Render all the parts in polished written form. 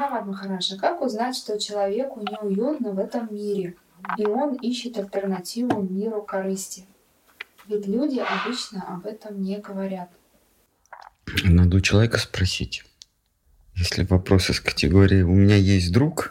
Рамат Махарадж, как узнать, что человеку неуютно в этом мире, и он ищет альтернативу миру корысти? Ведь люди обычно об этом не говорят. Надо у человека спросить. Если вопрос из категории «у меня есть друг»,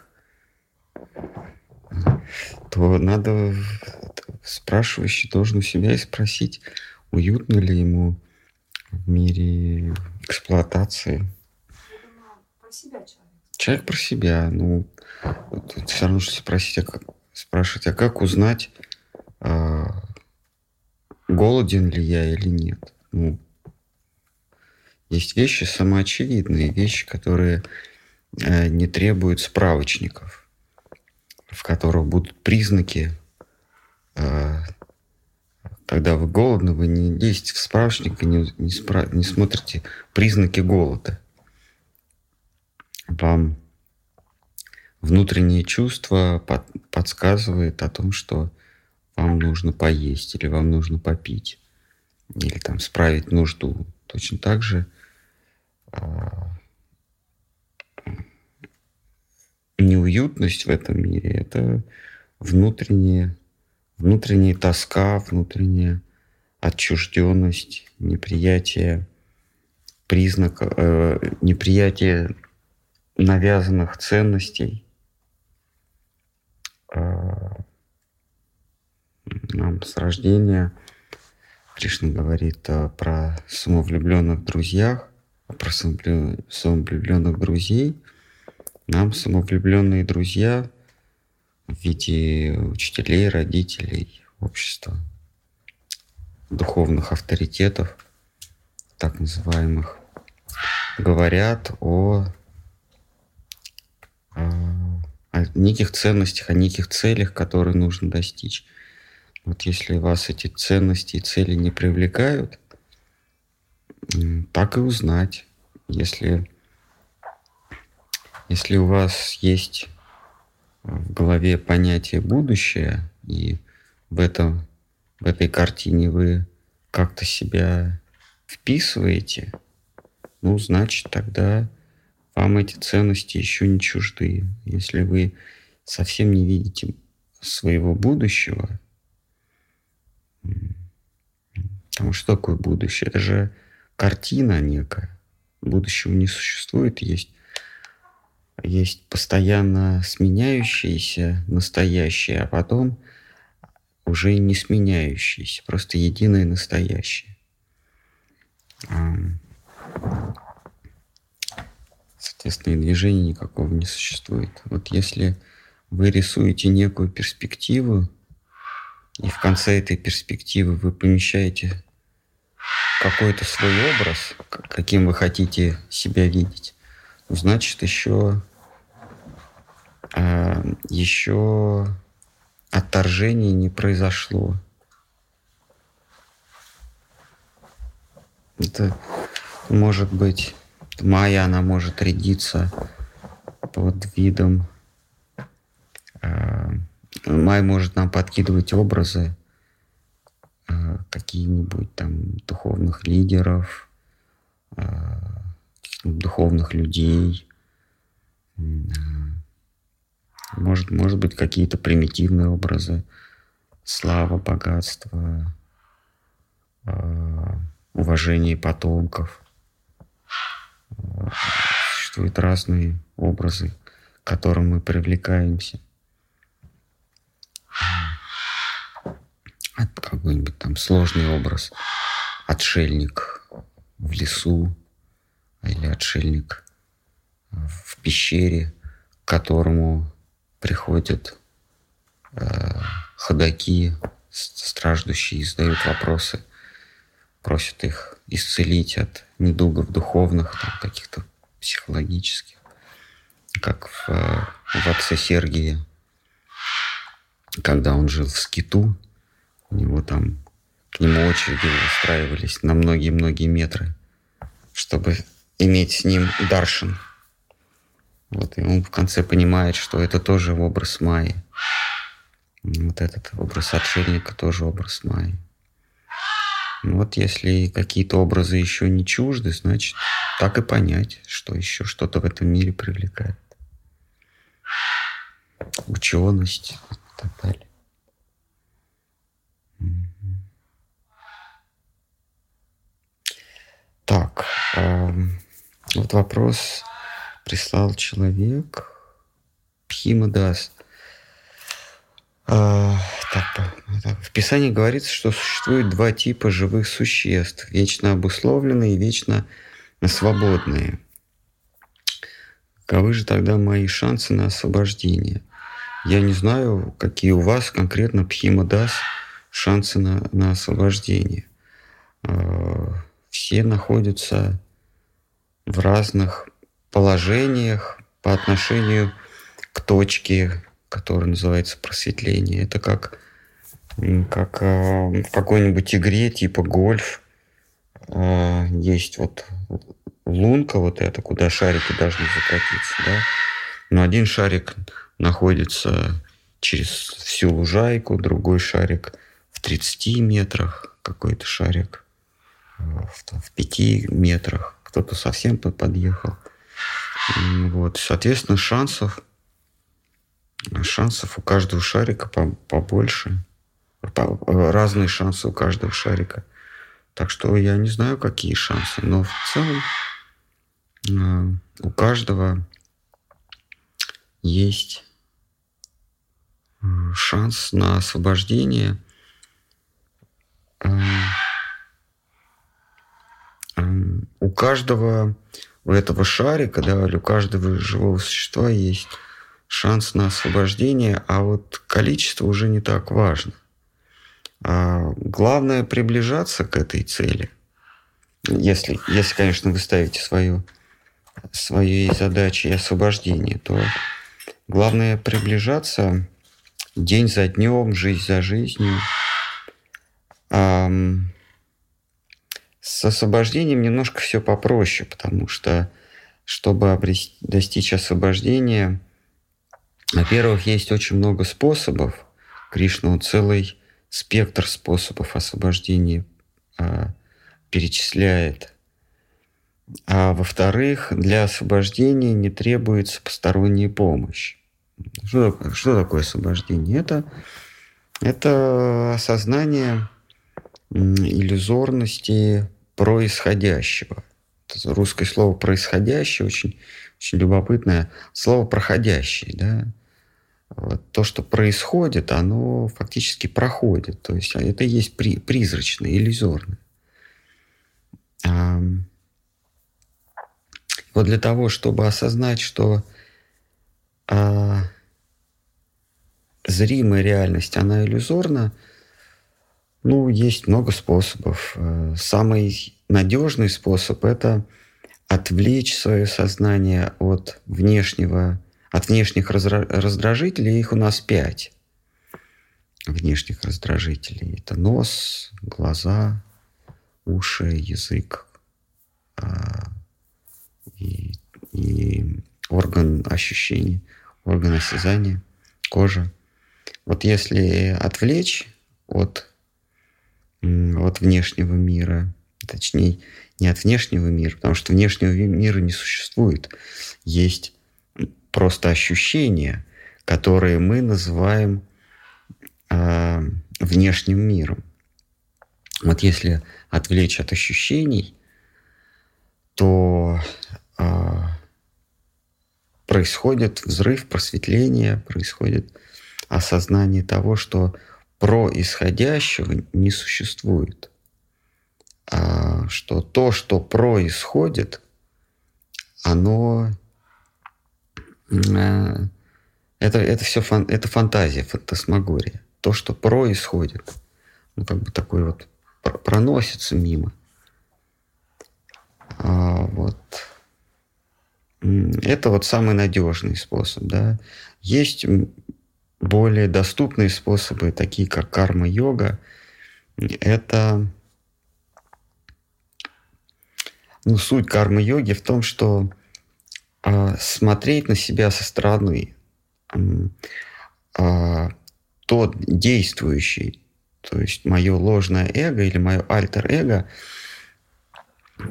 то надо спрашивающий должен у себя и спросить, уютно ли ему в мире эксплуатации. Про себя Человек про себя. Ну, все равно, что спросить, спрашивать, а как узнать, голоден ли я или нет? Ну, есть вещи самоочевидные, вещи, которые не требуют справочников, в которых будут признаки. Когда вы голодны, вы не лезете в справочник и не смотрите признаки голода. Вам внутреннее чувство подсказывает о том, что вам нужно поесть, или вам нужно попить, или там справить нужду. Точно так же неуютность в этом мире – это внутренняя тоска, внутренняя отчужденность, неприятие признаков, неприятие навязанных ценностей. Нам с рождения Кришна говорит про самовлюбленных друзьях, про самовлюбленных друзей. Нам самовлюбленные друзья в виде учителей, родителей, общества, духовных авторитетов, так называемых, говорят о неких ценностях, о неких целях, которые нужно достичь. Вот если вас эти ценности и цели не привлекают, так и узнать. Если у вас есть в голове понятие будущее, и в этой картине вы как-то себя вписываете, ну, значит, тогда вам эти ценности еще не чужды. Если вы совсем не видите своего будущего, потому что такое будущее? Это же картина некая. Будущего не существует, есть постоянно сменяющееся настоящее, а потом уже не сменяющееся, просто единое настоящее. Соответственно, и движения никакого не существует. Вот если вы рисуете некую перспективу, и в конце этой перспективы вы помещаете какой-то свой образ, каким вы хотите себя видеть, значит, еще отторжение не произошло. Это может быть майя, она может рядиться под видом. Майя может нам подкидывать образы какие-нибудь там духовных лидеров, духовных людей. Может быть, какие-то примитивные образы. Слава, богатство, уважение потомков. Существуют разные образы, к которым мы привлекаемся. Какой-нибудь там сложный образ. Отшельник в лесу или отшельник в пещере, к которому приходят ходаки, страждущие, задают вопросы, просят их исцелить от недугов духовных, там, каких-то психологических, как в отце Сергии, когда он жил в скиту, у него там к нему очереди выстраивались на многие-многие метры, чтобы иметь с ним даршан. Вот, и он в конце понимает, что это тоже образ Майи. Вот этот образ отшельника тоже образ Майи. Вот если какие-то образы еще не чужды, значит, так и понять, что еще что-то в этом мире привлекает. ученость и так далее. Так, вот вопрос прислал человек. Пхимадас. В Писании говорится, что существует два типа живых существ. Вечно обусловленные и вечно свободные. Каковы же тогда мои шансы на освобождение? Я не знаю, какие у вас конкретно, Пхимадас, шансы на освобождение. Все находятся в разных положениях по отношению к точке, которая называется просветление. Это как в какой-нибудь игре типа гольф. Есть вот лунка вот эта, куда шарики должны закатиться, да? Но один шарик находится через всю лужайку, другой шарик в 30 метрах, какой-то шарик в 5 метрах, кто-то совсем подъехал. Вот. Соответственно, шансов у каждого шарика побольше. Разные шансы у каждого шарика. Так что я не знаю, какие шансы, но в целом у каждого есть шанс на освобождение. У каждого, у этого шарика, да, или у каждого живого существа есть шанс на освобождение, а вот количество уже не так важно. Главное приближаться к этой цели. Если, конечно, вы ставите своей задачей освобождение, то главное приближаться день за днем, жизнь за жизнью. С освобождением немножко все попроще, потому что, чтобы достичь освобождения, во-первых, есть очень много способов. Кришна целый спектр способов освобождения перечисляет. А во-вторых, для освобождения не требуется посторонняя помощь. Что такое освобождение? Это осознание иллюзорности происходящего. Это русское слово «происходящее» очень, очень любопытное. Слово «проходящее», да? Вот то, что происходит, оно фактически проходит. То есть это и есть призрачное, иллюзорное. Вот для того, чтобы осознать, что зримая реальность, она иллюзорна, есть много способов. Самый надежный способ – это отвлечь свое сознание от внешних раздражителей. Их у нас 5 внешних раздражителей. Это нос, глаза, уши, язык и орган ощущения, орган осязания, кожа. Вот если отвлечь от внешнего мира, точнее, не от внешнего мира, потому что внешнего мира не существует. Есть просто ощущения, которые мы называем внешним миром. Вот если отвлечь от ощущений, то происходит взрыв, просветление, происходит осознание того, что происходящего не существует. Что то, что происходит, оно... Это все это фантазия, фантасмагория. То, что происходит, такой вот проносится мимо. Вот. Это вот самый надежный способ, да. Есть более доступные способы, такие как карма-йога. Это... суть карма-йоги в том, что смотреть на себя со стороны. Тот действующий, то есть мое ложное эго или мое альтер-эго,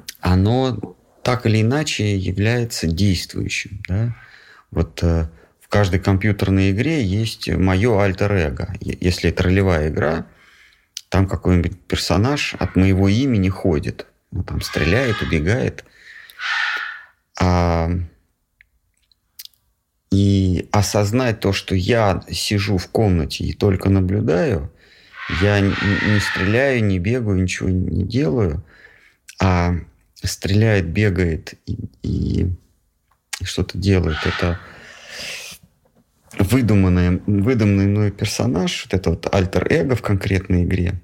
оно так или иначе является действующим. Да? Вот в каждой компьютерной игре есть мое альтер-эго. Если это ролевая игра, там какой-нибудь персонаж от моего имени ходит. Он там стреляет, убегает. И осознать то, что я сижу в комнате и только наблюдаю, я не стреляю, не бегаю, ничего не делаю, а стреляет, бегает и что-то делает. Это выдуманный мной персонаж, вот это вот альтер-эго в конкретной игре.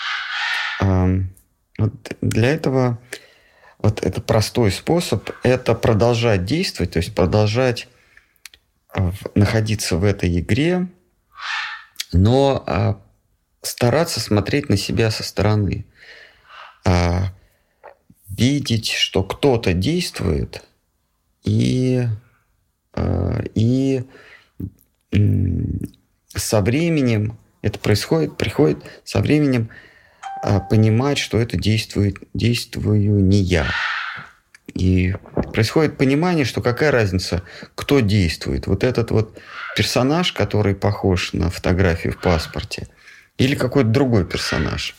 Вот для этого вот это простой способ, это продолжать действовать, то есть продолжать находиться в этой игре, но стараться смотреть на себя со стороны. Видеть, что кто-то действует, и со временем это приходит со временем понимать, что это действую не я. И происходит понимание, что какая разница, кто действует. Вот этот вот персонаж, который похож на фотографию в паспорте, или какой-то другой персонаж.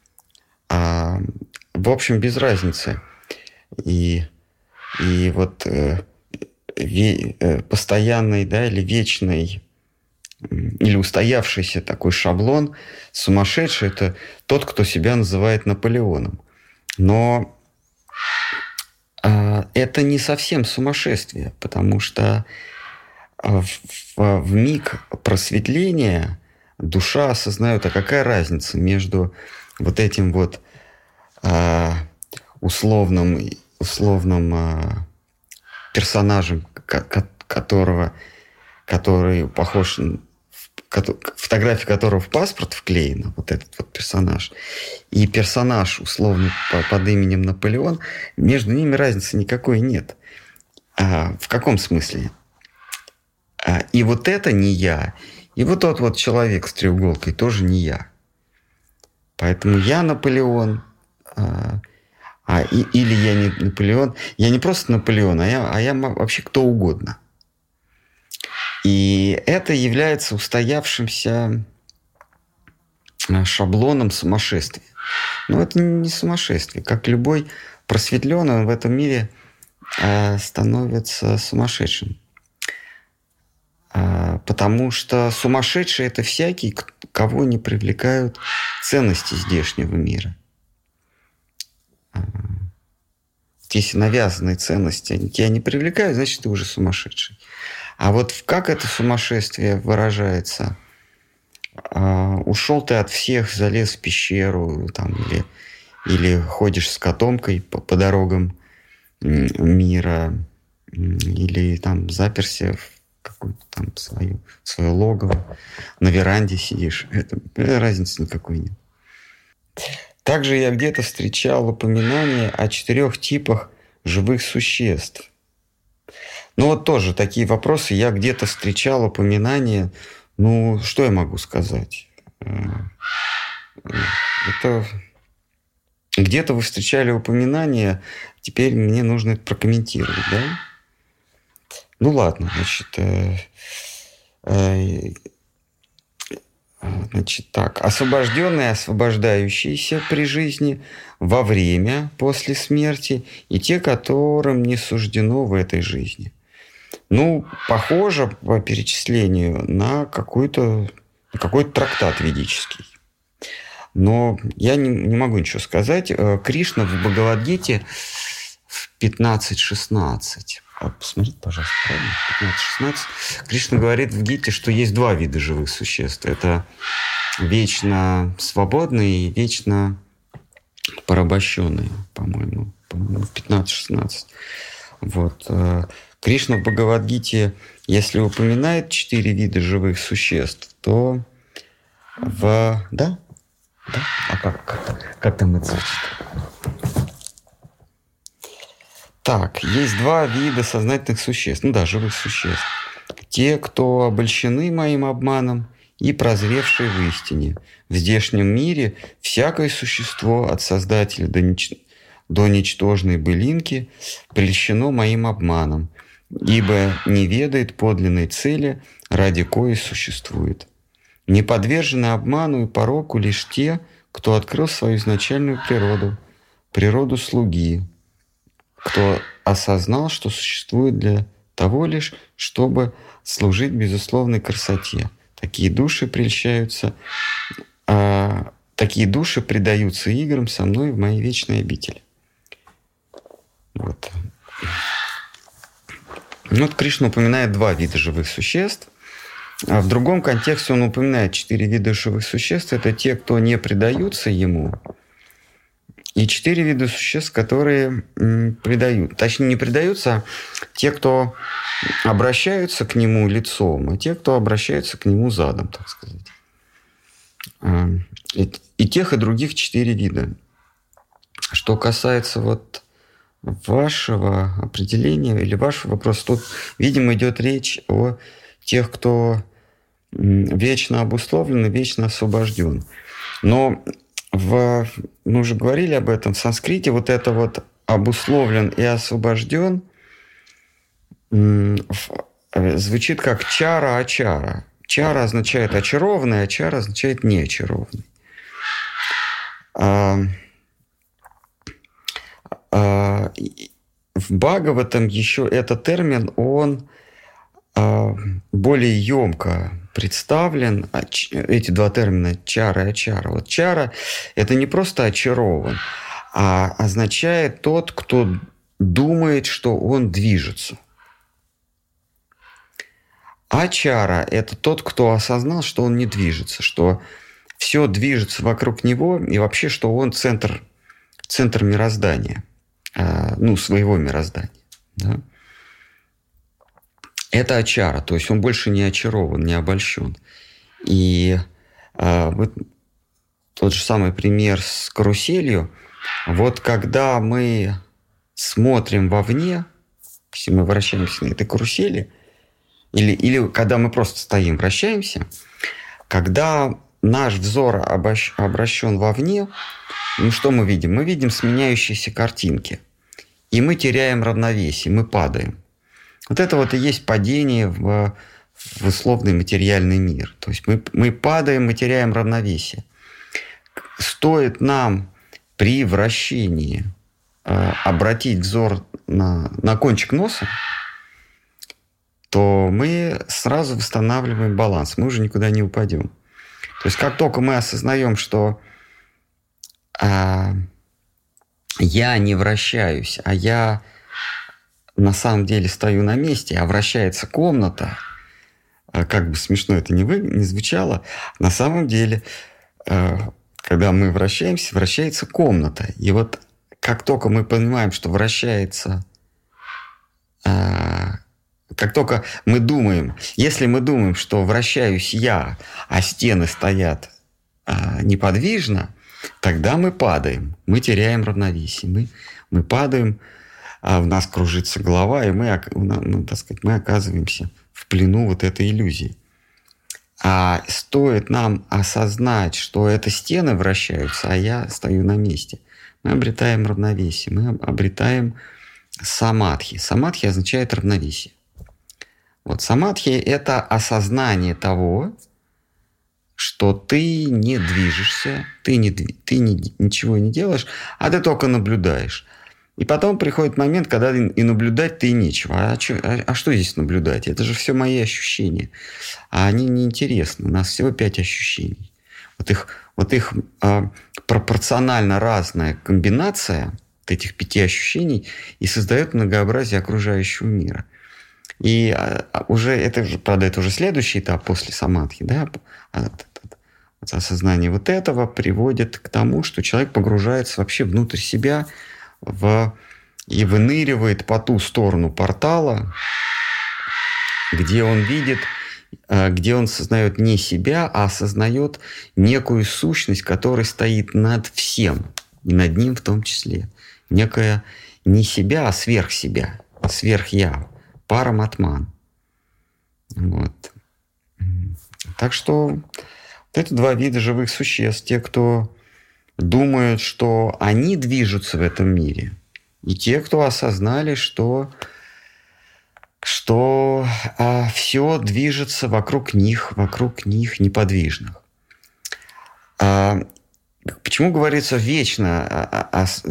В общем, без разницы. И вот постоянный, да, или вечный, или устоявшийся такой шаблон сумасшедший – это тот, кто себя называет Наполеоном. Но это не совсем сумасшествие, потому что в миг просветления душа осознает, а какая разница между вот этим вот условным персонажем, который похож, фотография которого в паспорт вклеена, вот этот вот персонаж, и персонаж, условно, под именем Наполеон, между ними разницы никакой нет. В каком смысле? И вот это не я, и вот тот вот человек с треуголкой тоже не я. Поэтому я Наполеон, или я не Наполеон. Я не просто Наполеон, а я вообще кто угодно. И это является устоявшимся шаблоном сумасшествия. Но это не сумасшествие. Как любой просветленный, он в этом мире становится сумасшедшим. Потому что сумасшедший – это всякий, кого не привлекают ценности здешнего мира. Если навязанные ценности тебя не привлекают, значит, ты уже сумасшедший. А вот как это сумасшествие выражается? Ушел ты от всех, залез в пещеру, там, или ходишь с котомкой по дорогам мира, или там заперся в какое-то там свое логово, на веранде сидишь. Это разницы никакой нет. Также я где-то встречал упоминание о 4 типах живых существ. Ну вот тоже такие вопросы. Я где-то встречал упоминание. Ну, что я могу сказать? Это... Где-то вы встречали упоминание, теперь мне нужно это прокомментировать, да? Ну ладно, значит так. Освобожденные, освобождающиеся при жизни, во время, после смерти, и те, которым не суждено в этой жизни. Ну, похоже по перечислению на какой-то трактат ведический. Но я не могу ничего сказать. Кришна в Бхагавад-гите в 15.16. Посмотрите, пожалуйста, правильно? 15.16. Кришна говорит в Гите, что есть 2 вида живых существ. Это вечно свободные и вечно порабощенные, по-моему, в 15.16. Вот. Кришна в Бхагавад-гите, если упоминает 4 вида живых существ, то Да? Да? А как там это звучит? Так, есть 2 вида сознательных существ. Ну да, живых существ. Те, кто обольщены моим обманом и прозревшие в истине. В здешнем мире всякое существо от Создателя до ничтожной былинки прельщено моим обманом. ибо не ведает подлинной цели, ради коей существует. Не подвержены обману и пороку лишь те, кто открыл свою изначальную природу, природу слуги, кто осознал, что существует для того лишь, чтобы служить безусловной красоте. Такие души предаются играм со мной в моей вечной обители. Вот. Вот Кришна упоминает 2 вида живых существ. А в другом контексте он упоминает 4 вида живых существ. Это те, кто не предаются ему. И 4 вида существ, которые предают. Точнее, не предаются, а те, кто обращаются к нему лицом, а те, кто обращаются к нему задом, так сказать. И тех, и других 4 вида. Что касается вот вашего определения или вашего вопроса, тут, видимо, идет речь о тех, кто вечно обусловлен и вечно освобожден. Но мы уже говорили об этом в санскрите, вот это вот обусловлен и освобожден звучит как чара-ачара. Чара означает очарованный, ачара означает неочарованный. В Бхагаватам еще этот термин, он более емко представлен. Эти 2 термина чара и ачара. Вот чара – это не просто очарован, а означает тот, кто думает, что он движется. Ачара – это тот, кто осознал, что он не движется, что все движется вокруг него, и вообще, что он центр мироздания, своего мироздания. Да? Это ачара, то есть он больше не очарован, не обольщен. И вот тот же самый пример с каруселью. Вот когда мы смотрим вовне, если мы вращаемся на этой карусели, или когда мы просто стоим, вращаемся, когда наш взор обращен вовне, что мы видим? Мы видим сменяющиеся картинки. И мы теряем равновесие, мы падаем. Вот это вот и есть падение в условный материальный мир. То есть мы падаем, мы теряем равновесие. Стоит нам при вращении обратить взор на кончик носа, то мы сразу восстанавливаем баланс, мы уже никуда не упадем. То есть как только мы осознаем, что я не вращаюсь, а я на самом деле стою на месте, а вращается комната, как бы смешно это не звучало, на самом деле, когда мы вращаемся, вращается комната. И вот как только мы понимаем, что вращается... Как только мы думаем, если мы думаем, что вращаюсь я, а стены стоят неподвижно, тогда мы падаем, мы теряем равновесие, мы падаем, в нас кружится голова, и мы оказываемся в плену вот этой иллюзии. А стоит нам осознать, что это стены вращаются, а я стою на месте, мы обретаем равновесие, мы обретаем самадхи. Самадхи означает равновесие. Вот самадхи – это осознание того, что ты не движешься, ты ничего не делаешь, а ты только наблюдаешь. И потом приходит момент, когда и наблюдать ты нечего. А что здесь наблюдать? Это же все мои ощущения. А они неинтересны. У нас всего 5 ощущений. Вот их пропорционально разная комбинация вот этих 5 ощущений и создает многообразие окружающего мира. И правда, это уже следующий этап после самадхи, да? Осознание вот этого приводит к тому, что человек погружается вообще внутрь себя и выныривает по ту сторону портала, где он видит, где он осознает не себя, а осознает некую сущность, которая стоит над всем, и над ним в том числе. Некая не себя, а сверх себя, сверх я. Параматман. Вот. Так что вот это 2 вида живых существ. Те, кто думают, что они движутся в этом мире, и те, кто осознали, что что все движется вокруг них неподвижных. Почему говорится вечно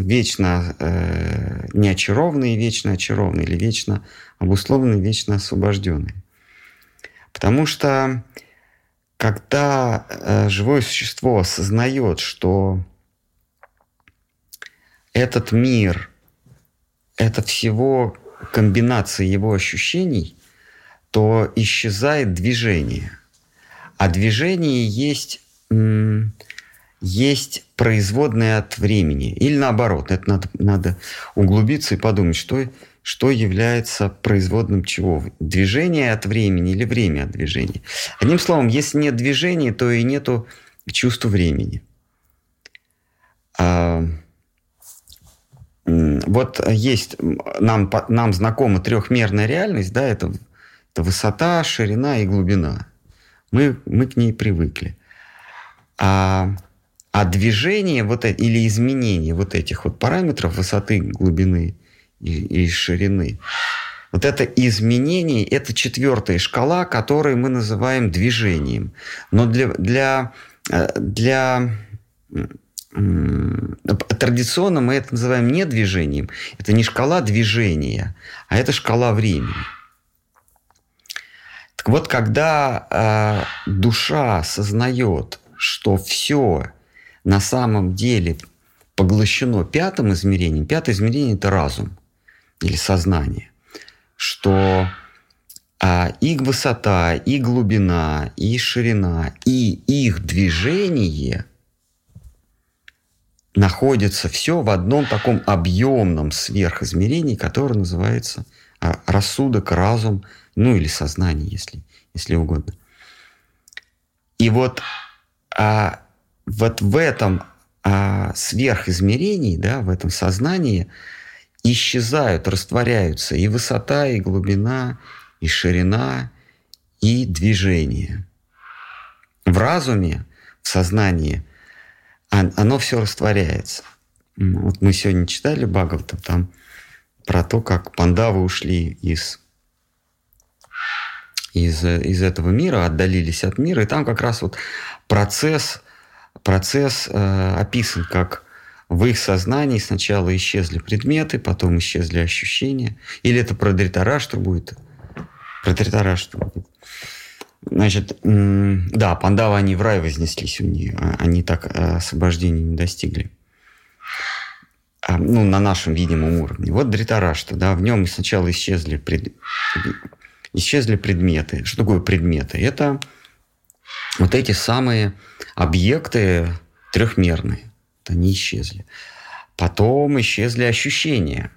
неочарованный, вечно очарованный, или вечно обусловленный, вечно освобожденный? Потому что когда живое существо осознает, что этот мир – это всего комбинация его ощущений, то исчезает движение. А движение есть производное от времени. Или наоборот, это надо углубиться и подумать, что является производным чего? Движение от времени или время от движения? Одним словом, если нет движения, то и нету чувства времени. Вот есть, нам знакома трехмерная реальность, да, это высота, ширина и глубина. Мы к ней привыкли. А движение или изменение вот этих вот параметров высоты, глубины и ширины, вот это изменение, это четвертая шкала, которую мы называем движением. Но традиционно мы это называем не движением. Это не шкала движения, а это шкала времени. Так вот, когда душа осознает, что все на самом деле поглощено пятым измерением, пятое измерение – это разум или сознание, что и высота, и глубина, и ширина, и их движение находится все в одном таком объемном сверхизмерении, которое называется рассудок, разум, ну или сознание, если угодно. И вот в этом сверхизмерении, да, в этом сознании исчезают, растворяются и высота, и глубина, и ширина, и движение. В разуме, в сознании оно все растворяется. Вот мы сегодня читали Бхагаватам там про то, как пандавы ушли из этого мира, отдалились от мира, и там как раз вот процесс описан, как в их сознании сначала исчезли предметы, потом исчезли ощущения. Или это про Дритарашту будет? Про Дритарашту будет. Значит, да, пандавы, они в рай вознеслись, они так освобождения не достигли. На нашем видимом уровне. Вот Дритарашта, да, в нем сначала исчезли предметы. Что такое предметы? Это вот эти самые объекты трехмерные. Они исчезли. Потом исчезли ощущения.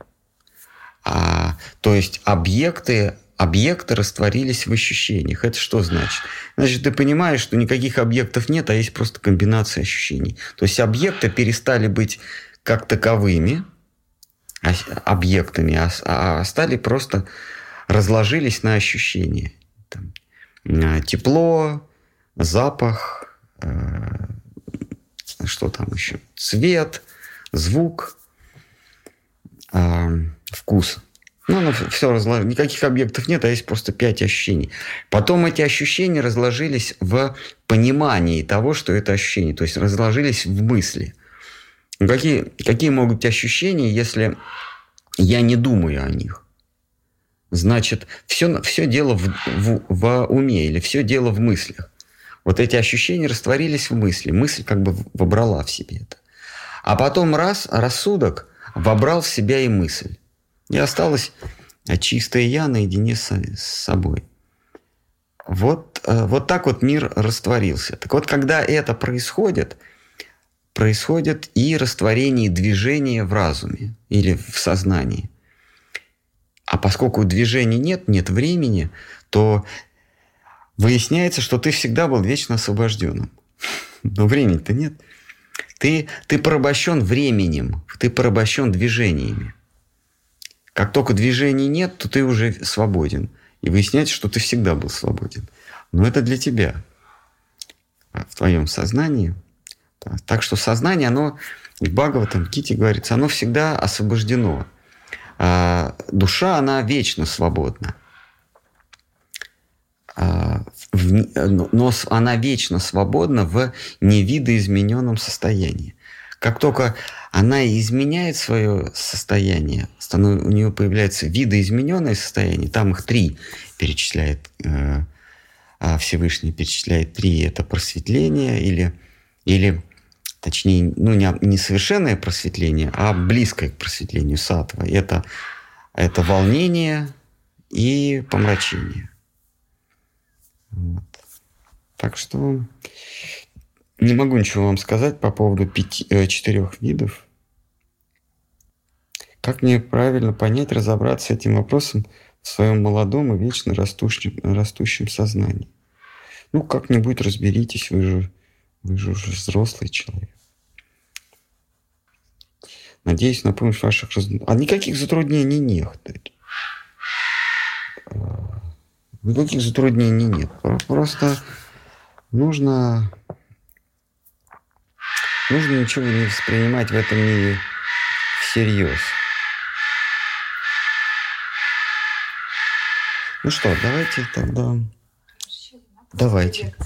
То есть объекты растворились в ощущениях. Это что значит? Значит, ты понимаешь, что никаких объектов нет, а есть просто комбинация ощущений. То есть объекты перестали быть как таковыми объектами, а стали просто разложились на ощущения. Там, тепло, запах, что там еще? Цвет, звук, вкус. Все разложилось. Никаких объектов нет, а есть просто 5 ощущений. Потом эти ощущения разложились в понимании того, что это ощущение. То есть разложились в мысли. Какие могут быть ощущения, если я не думаю о них? Значит, все дело в уме или все дело в мыслях. Вот эти ощущения растворились в мысли. Мысль как бы вобрала в себе это. А потом рассудок вобрал в себя и мысль. И осталась чистая я наедине с собой. Вот так вот мир растворился. Так вот, когда это происходит и растворение движения в разуме или в сознании. А поскольку движения нет времени, то выясняется, что ты всегда был вечно освобожденным. Но времени-то нет. Ты порабощен временем, ты порабощен движениями. Как только движений нет, то ты уже свободен. И выясняется, что ты всегда был свободен. Но это для тебя, в твоем сознании. Так что сознание, оно, в Бхагаватам, в Гите говорится, оно всегда освобождено. А душа, она вечно свободна. но она вечно свободна в невидоизмененном состоянии. Как только она изменяет свое состояние, у нее появляется видоизмененное состояние, там их 3 перечисляет, Всевышний перечисляет 3, это просветление или точнее, не совершенное просветление, а близкое к просветлению саттва. Это волнение и помрачение. Вот. Так что не могу ничего вам сказать по поводу 4 видов. Как мне правильно понять, разобраться с этим вопросом в своем молодом и вечно растущем сознании? Как-нибудь разберитесь, вы же уже взрослый человек. Надеюсь на помощь ваших А никаких затруднений нет. Никаких затруднений нет. Просто нужно ничего не воспринимать в этом мире всерьез. Ну что, давайте тогда... Давайте.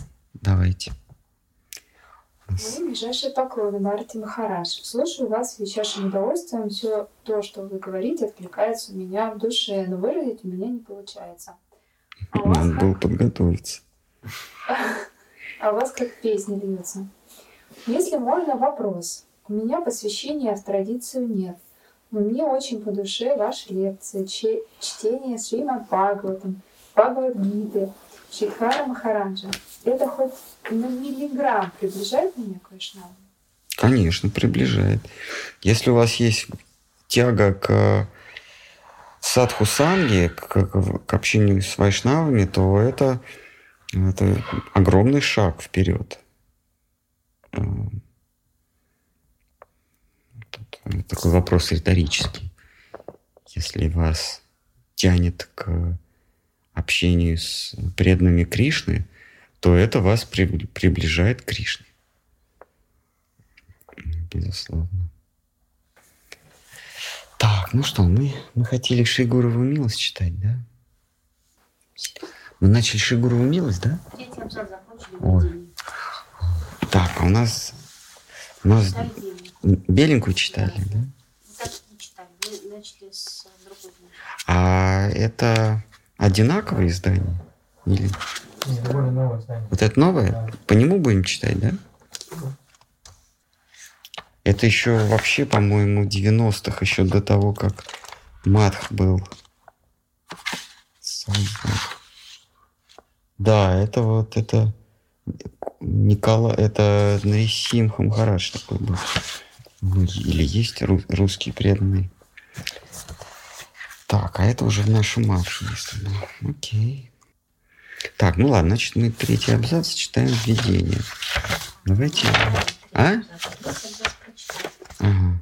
Мои ближайшие поклоны, Бхарати Махарадж. Слушаю вас с величайшим удовольствием. Все то, что вы говорите, откликается у меня в душе, но выразить у меня не получается. Надо было подготовиться. А у вас как песня льется. Если можно, вопрос. У меня посвящения в традицию нет, но мне очень по душе ваши лекции, чтение Шримад Бхагаватам, Бхагавад-гиты, Шридхара Махараджа. Это хоть на миллиграмм приближает меня к Вайшнавам? Конечно, приближает. Если у вас есть тяга к садху-санге, к общению с вайшнавами, то это огромный шаг вперед. Такой вопрос риторический. Если вас тянет к общению с преданными Кришны, то это вас приближает к Кришне. Безусловно. Так, ну что, мы хотели Шри Гурову милость читать, да? Мы начали Шри Гурову милость, да? 3-й абзац закончили. Ой. Так, а у нас беленькую читали, да? Так не читали. Мы начали с другой. А это одинаковое издание? Или... Нет, это более новое издание. Вот это новое? Да. По нему будем читать, да? Это еще вообще, по-моему, 90-х, еще до того, как Мадх был создан. Да, это Николай, это Нарисимха Махарадж такой был. Или есть русский преданный. Так, а это уже в нашем Мадхе есть. Окей. Так, ну ладно, значит, мы 3-й абзац читаем введение. Давайте... А? Ага.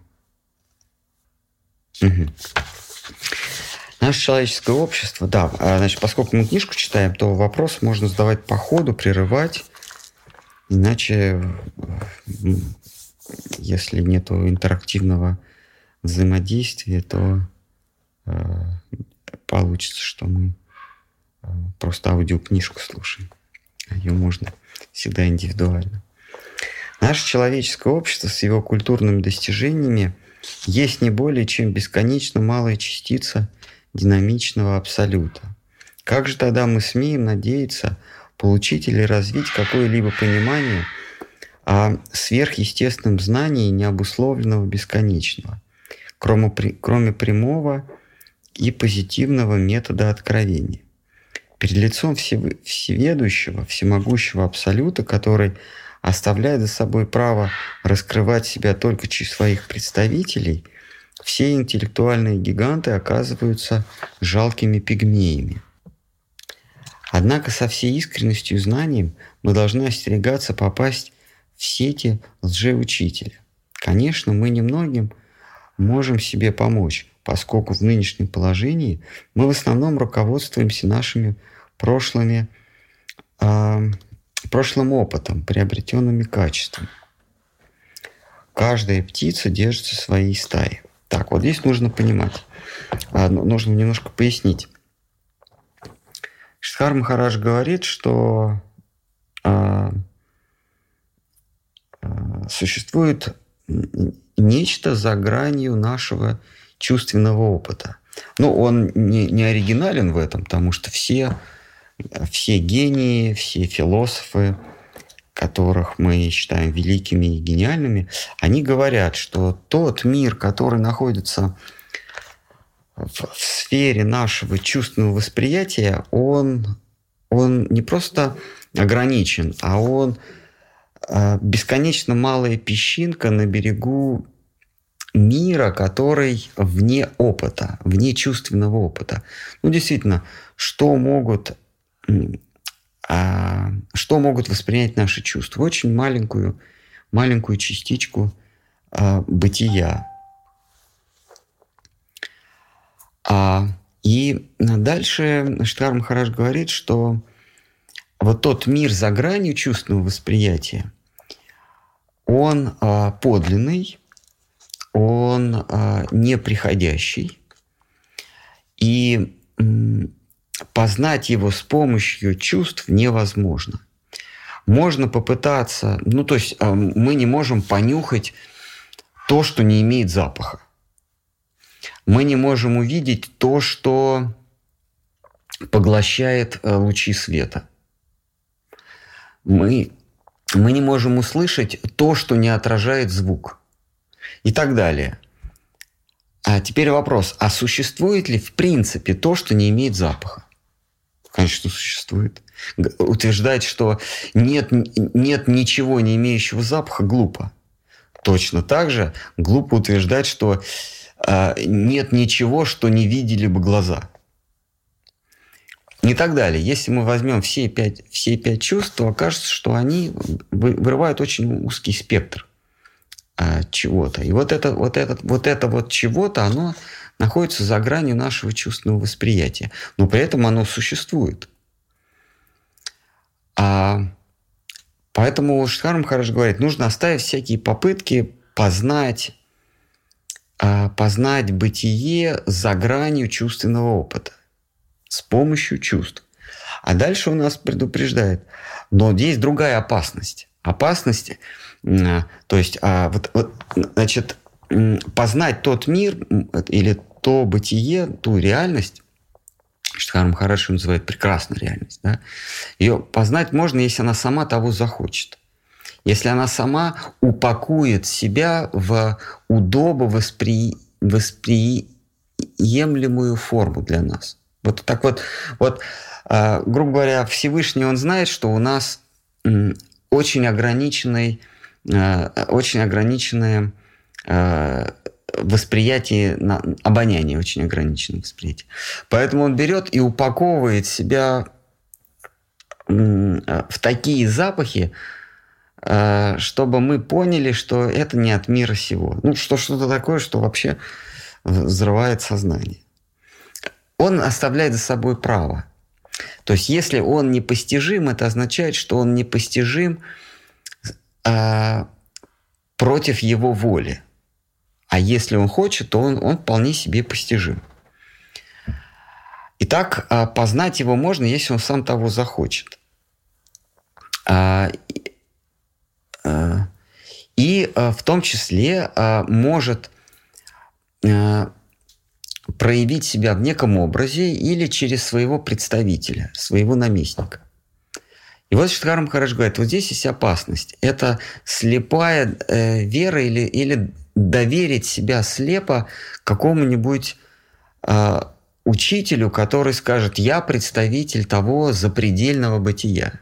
Угу. Наше человеческое общество, да, значит, поскольку мы книжку читаем, то вопрос можно задавать по ходу, прерывать, иначе, если нет интерактивного взаимодействия, то получится, что мы просто аудиокнижку слушаем. Ее можно всегда индивидуально. Наше человеческое общество с его культурными достижениями есть не более чем бесконечно малая частица динамичного абсолюта. Как же тогда мы смеем надеяться получить или развить какое-либо понимание о сверхъестественном знании необусловленного бесконечного, кроме прямого и позитивного метода откровения? Перед лицом всеведущего, всемогущего абсолюта, который оставляет за собой право раскрывать себя только через своих представителей, все интеллектуальные гиганты оказываются жалкими пигмеями. Однако со всей искренностью и знанием мы должны остерегаться попасть в сети лжеучителя. Конечно, мы немногим можем себе помочь, поскольку в нынешнем положении мы в основном руководствуемся нашими прошлым опытом, приобретенными качествами. Каждая птица держится своей стаи. Так, вот здесь нужно понимать, нужно немножко пояснить. Шридхар Махарадж говорит, что существует нечто за гранью нашего чувственного опыта. Ну, он не оригинален в этом, потому что все гении, все философы, которых мы считаем великими и гениальными, они говорят, что тот мир, который находится в сфере нашего чувственного восприятия, он не просто ограничен, а он бесконечно малая песчинка на берегу мира, который вне опыта, вне чувственного опыта. Ну, действительно, что могут воспринять наши чувства? Очень маленькую частичку бытия. И дальше Штхар Махарадж говорит, что вот тот мир за гранью чувственного восприятия, он подлинный, он неприходящий, и познать его с помощью чувств невозможно. Можно попытаться, то есть мы не можем понюхать то, что не имеет запаха. Мы не можем увидеть то, что поглощает лучи света. Мы не можем услышать то, что не отражает звук. И так далее. А теперь вопрос, а существует ли в принципе то, что не имеет запаха? Конечно, существует. Утверждать, что нет ничего, не имеющего запаха, глупо. Точно так же глупо утверждать, что нет ничего, что не видели бы глаза. И так далее. Если мы возьмем все пять чувств, то окажется, что они вырывают очень узкий спектр чего-то. И вот это чего-то, оно находится за гранью нашего чувственного восприятия. Но при этом оно существует. Поэтому Штхар Махарадж говорит, нужно оставить всякие попытки познать бытие за гранью чувственного опыта. С помощью чувств. А дальше он нас предупреждает. Но есть другая опасность. Опасность, то есть, познать тот мир или то бытие, ту реальность, Штхар Махарадж называет прекрасную реальность, да? Ее познать можно, если она сама того захочет. Если она сама упакует себя в удобо восприемлемую форму для нас. Вот так вот, грубо говоря, Всевышний, он знает, что у нас очень ограниченное восприятие, обоняние, очень ограниченное восприятие. Поэтому он берет и упаковывает себя в такие запахи, чтобы мы поняли, что это не от мира сего. Что-то такое, что вообще взрывает сознание. Он оставляет за собой право. То есть, если он непостижим, это означает, что он непостижим против его воли. А если он хочет, то он вполне себе постижим. Итак, познать его можно, если он сам того захочет. И в том числе может проявить себя в неком образе или через своего представителя, своего наместника. И вот Штхар Махарадж говорит, вот здесь есть опасность. Это слепая вера или доверить себя слепо какому-нибудь учителю, который скажет, я представитель того запредельного бытия.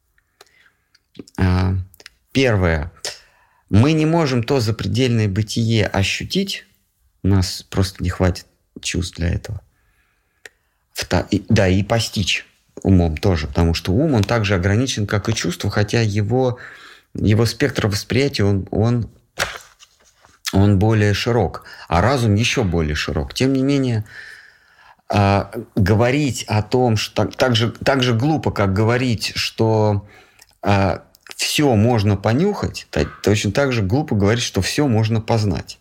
Первое. Мы не можем то запредельное бытие ощутить, у нас просто не хватит чувств для этого. Да, и постичь умом тоже, потому что ум, он также ограничен, как и чувство, хотя его спектр восприятия, он более широк, а разум еще более широк. Тем не менее, говорить о том, что так же глупо, как говорить, что все можно понюхать, точно так же глупо говорить, что все можно познать.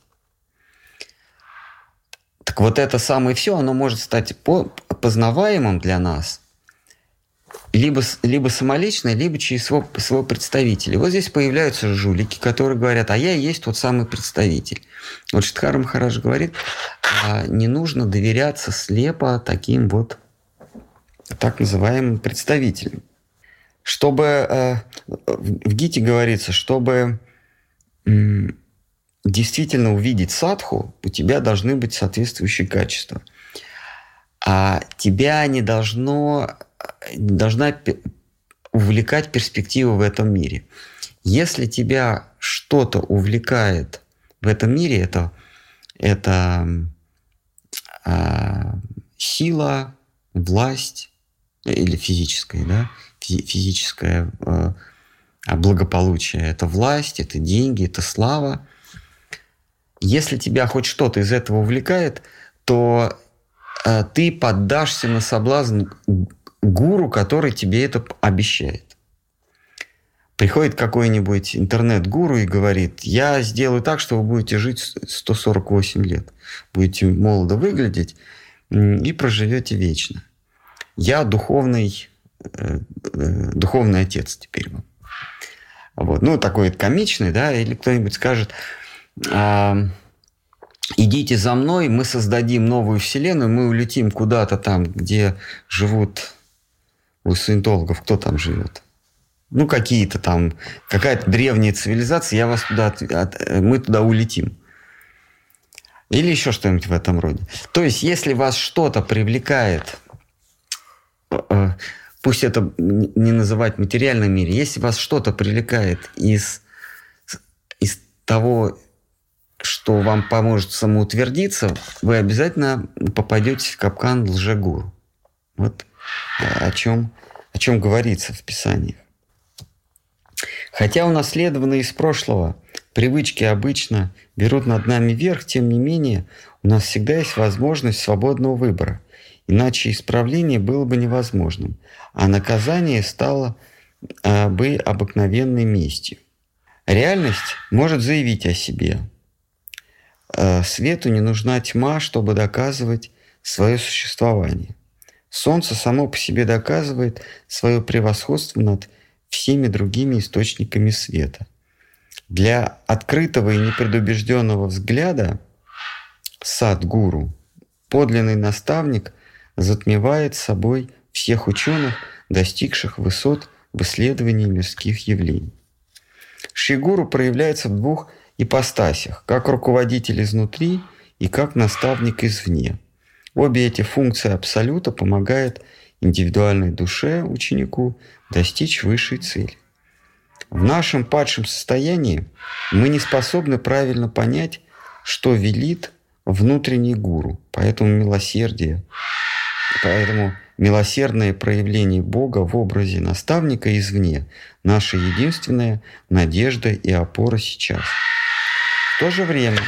Так вот это самое все, оно может стать познаваемым для нас либо самолично, либо через своего представителя. И вот здесь появляются жулики, которые говорят, а я и есть тот самый представитель. Вот Шридхар Махарадж говорит, не нужно доверяться слепо таким вот так называемым представителям. Чтобы, в Гите говорится, чтобы действительно увидеть садху, у тебя должны быть соответствующие качества. А тебя не должна увлекать перспектива в этом мире. Если тебя что-то увлекает в этом мире, это сила, власть или физическая, да? Физическое благополучие. Это власть, это деньги, это слава. Если тебя хоть что-то из этого увлекает, то ты поддашься на соблазн гуру, который тебе это обещает. Приходит какой-нибудь интернет-гуру и говорит, я сделаю так, что вы будете жить 148 лет. Будете молодо выглядеть и проживете вечно. Я духовный отец теперь вам. Вот. Ну, такой комичный, да, или кто-нибудь скажет, идите за мной, мы создадим новую вселенную, мы улетим куда-то там, где живут у саентологов, кто там живет? Ну, какие-то там, какая-то древняя цивилизация, я вас туда, мы туда улетим. Или еще что-нибудь в этом роде. То есть, если вас что-то привлекает, пусть это не называть в материальном мире, если вас что-то привлекает из того, что вам поможет самоутвердиться, вы обязательно попадете в капкан лжегуру. Вот о чем говорится в Писаниях. Хотя унаследованные из прошлого привычки обычно берут над нами верх, тем не менее у нас всегда есть возможность свободного выбора. Иначе исправление было бы невозможным, а наказание стало бы обыкновенной местью. Реальность может заявить о себе. Свету не нужна тьма, чтобы доказывать свое существование. Солнце само по себе доказывает свое превосходство над всеми другими источниками света. Для открытого и непредубежденного взгляда садгуру подлинный наставник затмевает собой всех ученых, достигших высот в исследовании мирских явлений. Шри-гуру проявляется в двух ипостасях, как руководитель изнутри и как наставник извне. Обе эти функции абсолюта помогают индивидуальной душе, ученику, достичь высшей цели. В нашем падшем состоянии мы не способны правильно понять, что велит внутренний гуру, поэтому милосердное проявление Бога в образе наставника извне – наша единственная надежда и опора сейчас. В то же время,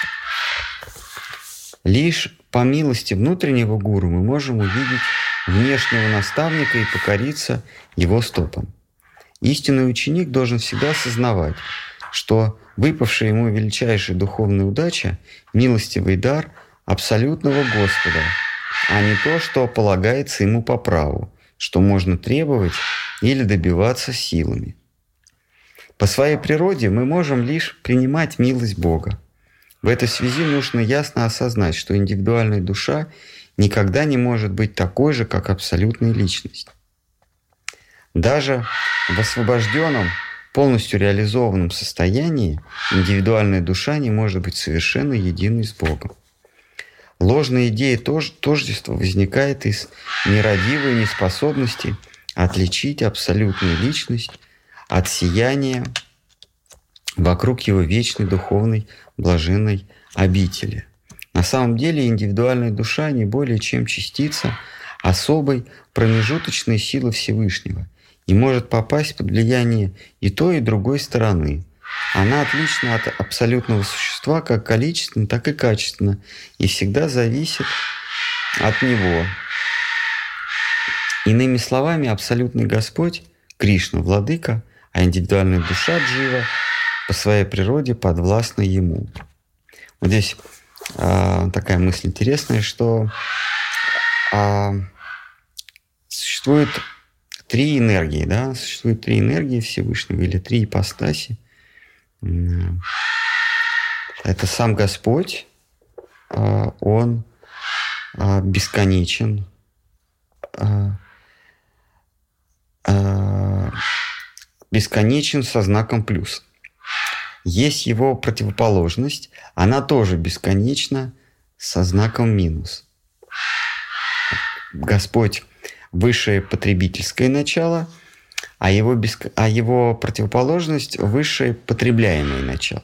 лишь по милости внутреннего гуру мы можем увидеть внешнего наставника и покориться его стопам. Истинный ученик должен всегда осознавать, что выпавшая ему величайшая духовная удача – милостивый дар абсолютного Господа, а не то, что полагается ему по праву, что можно требовать или добиваться силами. По своей природе мы можем лишь принимать милость Бога. В этой связи нужно ясно осознать, что индивидуальная душа никогда не может быть такой же, как абсолютная личность. Даже в освобожденном, полностью реализованном состоянии индивидуальная душа не может быть совершенно единой с Богом. Ложная идея тождества возникает из нерадивой неспособности отличить абсолютную личность от сияния вокруг его вечной духовной блаженной обители. На самом деле индивидуальная душа не более чем частица особой промежуточной силы Всевышнего и может попасть под влияние и той, и другой стороны. Она отлична от абсолютного существа как количественно, так и качественно и всегда зависит от него. Иными словами, абсолютный Господь, Кришна, Владыка, а индивидуальная душа Джива по своей природе подвластна Ему. Вот здесь такая мысль интересная, что существует три энергии, да, существует три энергии Всевышнего или три ипостаси. Это сам Господь, Он бесконечен, бесконечен со знаком плюс. Есть его противоположность, она тоже бесконечна со знаком минус. Господь высшее потребительское начало, а его противоположность высшее потребляемое начало.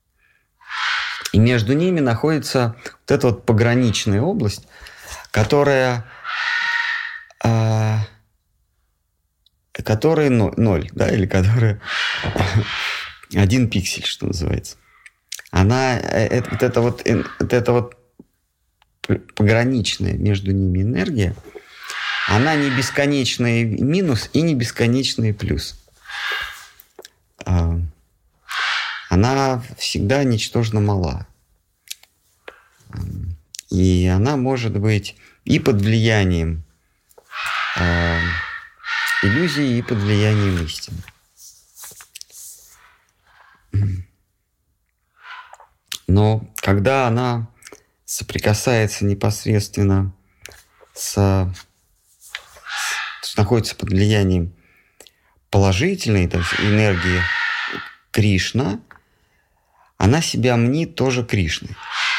И между ними находится вот эта вот пограничная область, которая ноль, да, или которая 1 пиксель, что называется. Она, вот эта вот пограничная между ними энергия, она не бесконечный минус и не бесконечный плюс. Она всегда ничтожно мала. И она может быть и под влиянием иллюзии, и под влиянием истины. Но когда она соприкасается непосредственно находится под влиянием положительной, то есть энергии Кришна, она себя мнит тоже Кришной.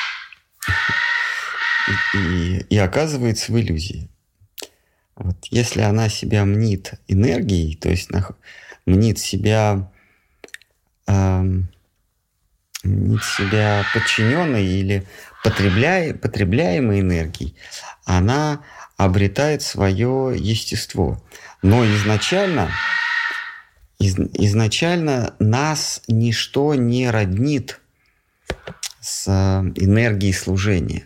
И оказывается в иллюзии. Вот если она себя мнит энергией, то есть мнит себя подчиненной или потребляемой энергией, она обретает свое естество. Но изначально нас ничто не роднит с энергией служения.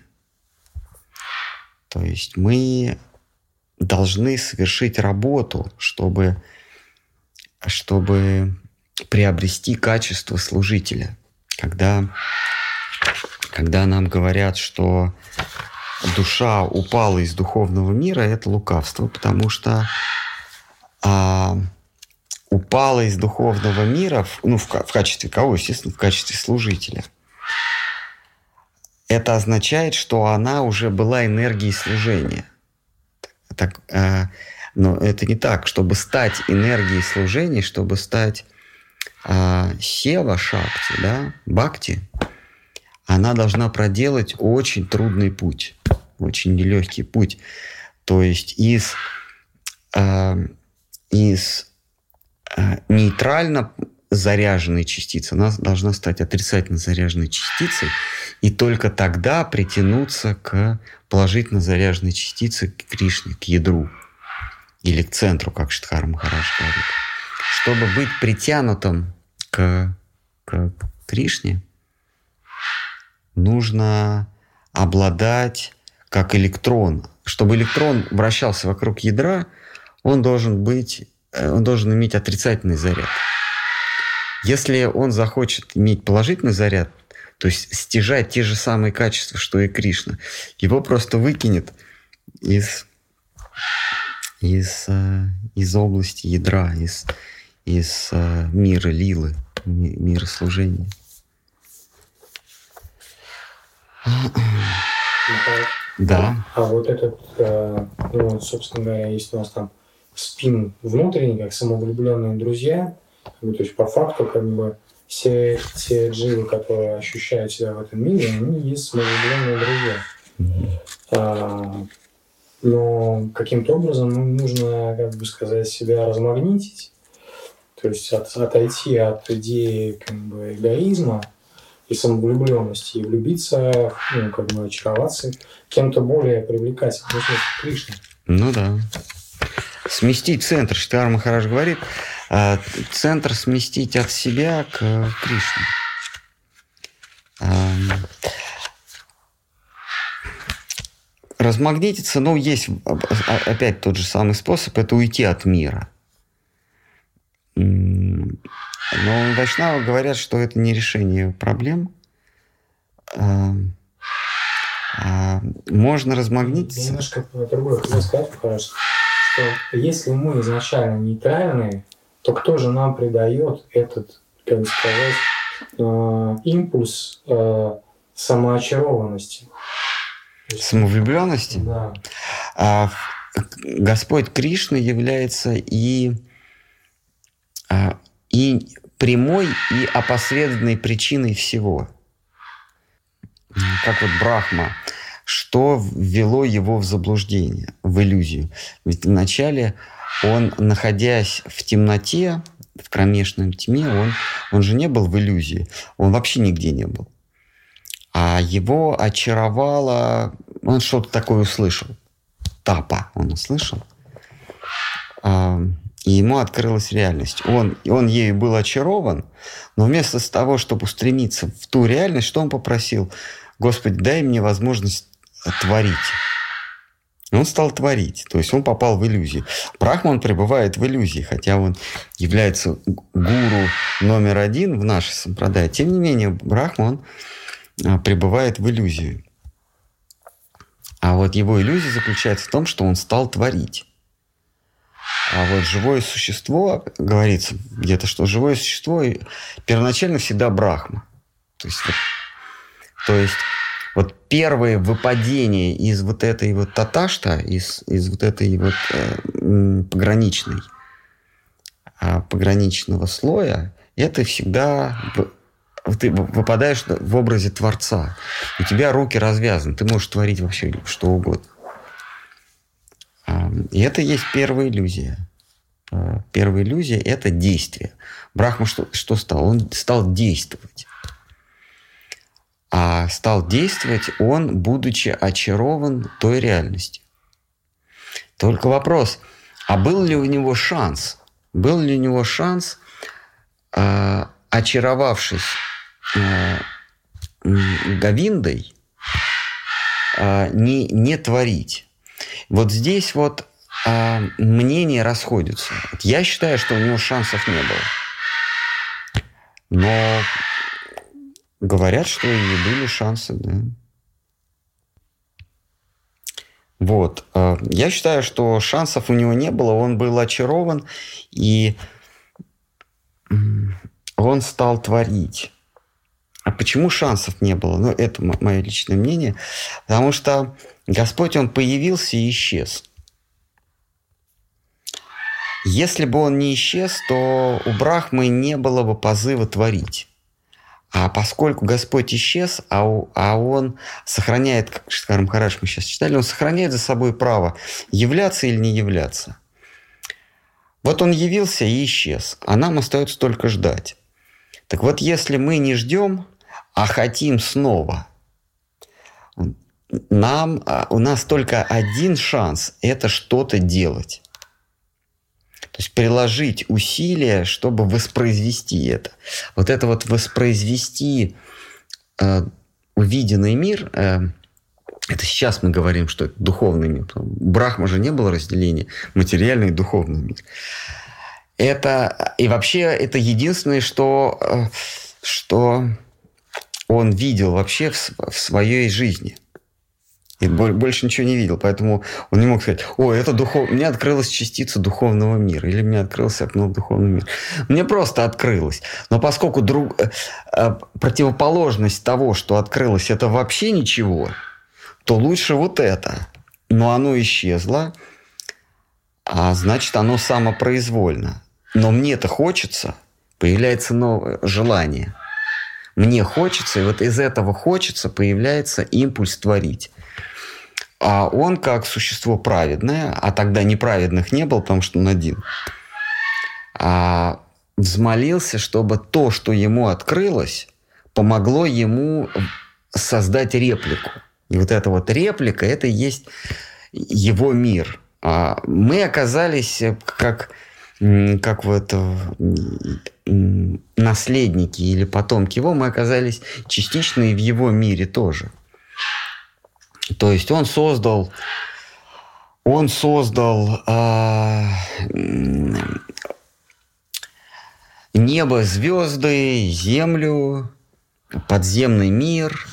То есть мы должны совершить работу, чтобы приобрести качество служителя. Когда нам говорят, что душа упала из духовного мира, это лукавство, потому что упала из духовного мира, в качестве кого? Естественно, в качестве служителя. Это означает, что она уже была энергией служения. Но это не так. Чтобы стать энергией служения, чтобы стать сева шакти, да, бхакти, она должна проделать очень трудный путь, очень нелегкий путь. То есть из нейтрально заряженной частицы она должна стать отрицательно заряженной частицей, и только тогда притянуться к положительно заряженной частице, к Кришне, к ядру или к центру, как Штхар Махарадж говорит. Чтобы быть притянутым к Кришне, нужно обладать как электрон. Чтобы электрон вращался вокруг ядра, он должен иметь отрицательный заряд. Если он захочет иметь положительный заряд, то есть стяжать те же самые качества, что и Кришна, его просто выкинет из области ядра, из мира лилы, мира служения. Да. А вот этот, собственно говоря, есть у нас там спин внутренний, как самовлюбленные друзья, то есть по факту все те дживы, которые ощущают себя в этом мире, они есть самовлюбленные друзья. Но каким-то образом нужно, себя размагнитить, то есть отойти от идеи эгоизма и самовлюбленности и влюбиться, очароваться кем-то более привлекательным, Кришной. Ну да. Сместить центр, Штхар Махарадж говорит, центр сместить от себя к Кришне. Размагнититься, есть опять тот же самый способ, это уйти от мира. Но вайшнавы говорят, что это не решение проблем. Можно размагнититься. Немножко другое хотел сказать, что если мы изначально нейтральные, то кто же нам придает этот, как сказать, импульс самоочарованности? Самовлюбленности? Да. Господь Кришна является и прямой, и опосредованной причиной всего. Как вот Брахма, что ввело его в заблуждение, в иллюзию. Ведь вначале он, находясь в темноте, в кромешной тьме, он же не был в иллюзии, он вообще нигде не был. А его очаровало, он что-то такое услышал. Тапа он услышал. И ему открылась реальность. Он ею был очарован, но вместо того, чтобы устремиться в ту реальность, что он попросил? Господи, дай мне возможность творить. И он стал творить, то есть он попал в иллюзию. Брахма, он пребывает в иллюзии, хотя он является гуру номер один в нашей сампрадае. Тем не менее, Брахма, он пребывает в иллюзию. А вот его иллюзия заключается в том, что он стал творить. А вот живое существо, говорится где-то, что живое существо первоначально всегда Брахма. То есть вот первое выпадение из вот этой вот таташта, из вот этой вот пограничного слоя, это всегда ты выпадаешь в образе Творца. У тебя руки развязаны, ты можешь творить вообще что угодно. И это и есть первая иллюзия. Первая иллюзия – это действие. Брахма что стал? Он стал действовать. А стал действовать он, будучи очарован той реальностью. Только вопрос, а был ли у него шанс? Был ли у него шанс, очаровавшись Говиндой, не творить? Вот здесь вот мнения расходятся. Я считаю, что у него шансов не было. Но говорят, что и были шансы, да. Вот. Я считаю, что шансов у него не было. Он был очарован, и он стал творить. А почему шансов не было? Ну, это мое личное мнение. Потому что Господь, он появился и исчез. Если бы он не исчез, то у Брахмы не было бы позыва творить. А поскольку Господь исчез, а он сохраняет, как Шридхар Махарадж мы сейчас читали, он сохраняет за собой право являться или не являться. Вот он явился и исчез, а нам остается только ждать. Так вот, если мы не ждем, а хотим снова, у нас только один шанс – это что-то делать. То есть приложить усилия, чтобы воспроизвести это. Вот это вот воспроизвести увиденный мир, это сейчас мы говорим, что это духовный мир. У Брахмы же не было разделения материальный и духовный мир. И вообще это единственное, что он видел вообще в своей жизни. И больше ничего не видел, поэтому он не мог сказать: «О, это мне открылась частица духовного мира», или «Мне открылся окно в духовный мир». Мне просто открылось. Но поскольку противоположность того, что открылось, это вообще ничего, то лучше вот это. Но оно исчезло, а значит, оно самопроизвольно. Но мне-то хочется, появляется новое желание. Мне хочется, и вот из этого хочется появляется импульс творить. А он, как существо праведное, а тогда неправедных не было, потому что он один, взмолился, чтобы то, что ему открылось, помогло ему создать реплику. И вот эта вот реплика, это и есть его мир. Мы оказались как вот наследники или потомки его, мы оказались частично и в его мире тоже. То есть он создал небо, звезды, землю, подземный мир.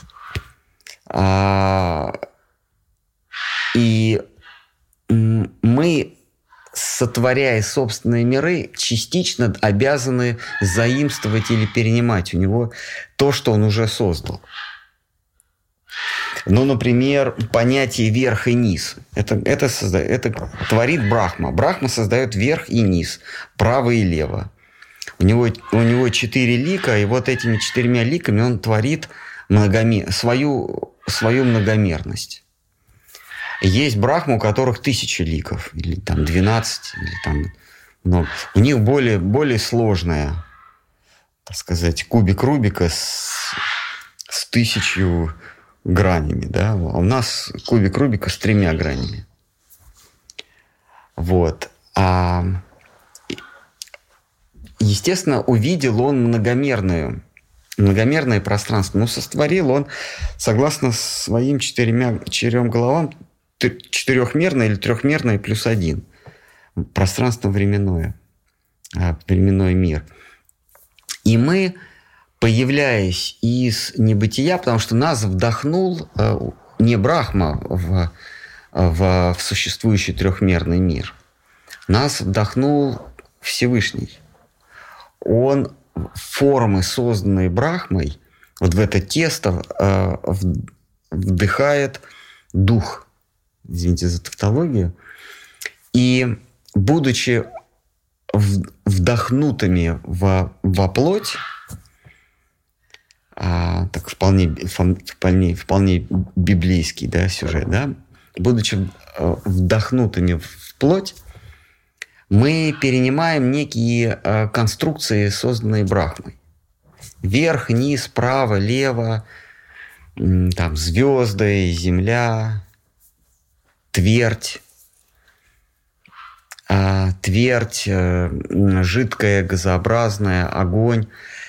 И мы сотворяя собственные миры, частично обязаны заимствовать или перенимать у него то, что он уже создал. Ну, например, понятие верх и низ. Это творит Брахма. Брахма создает верх и низ, право и лево. У него 4 лика, и вот этими 4 ликами он творит свою многомерность. Есть Брахма, у которых 1000 ликов, или там 12, или там много. У них более сложная, так сказать, кубик Рубика с 1000 гранями, да? А у нас кубик Рубика с 3 гранями. Вот. Естественно, увидел он многомерное пространство. Но сотворил он, согласно своим 4 головам, 4-мерное или 3-мерное плюс 1. Пространство-временное. Временной мир. И мы, появляясь из небытия, потому что нас вдохнул не Брахма в существующий 3-мерный мир. Нас вдохнул Всевышний. Он формы, созданные Брахмой, вот в это тесто вдыхает дух. Извините за тавтологию. И, будучи вдохнутыми во плоть, так вполне библейский, да, сюжет, да, будучи вдохнутыми в плоть, мы перенимаем некие конструкции, созданные Брахмой. Вверх, низ, право, лево, там звезды, земля, твердь, жидкое, газообразное, огонь.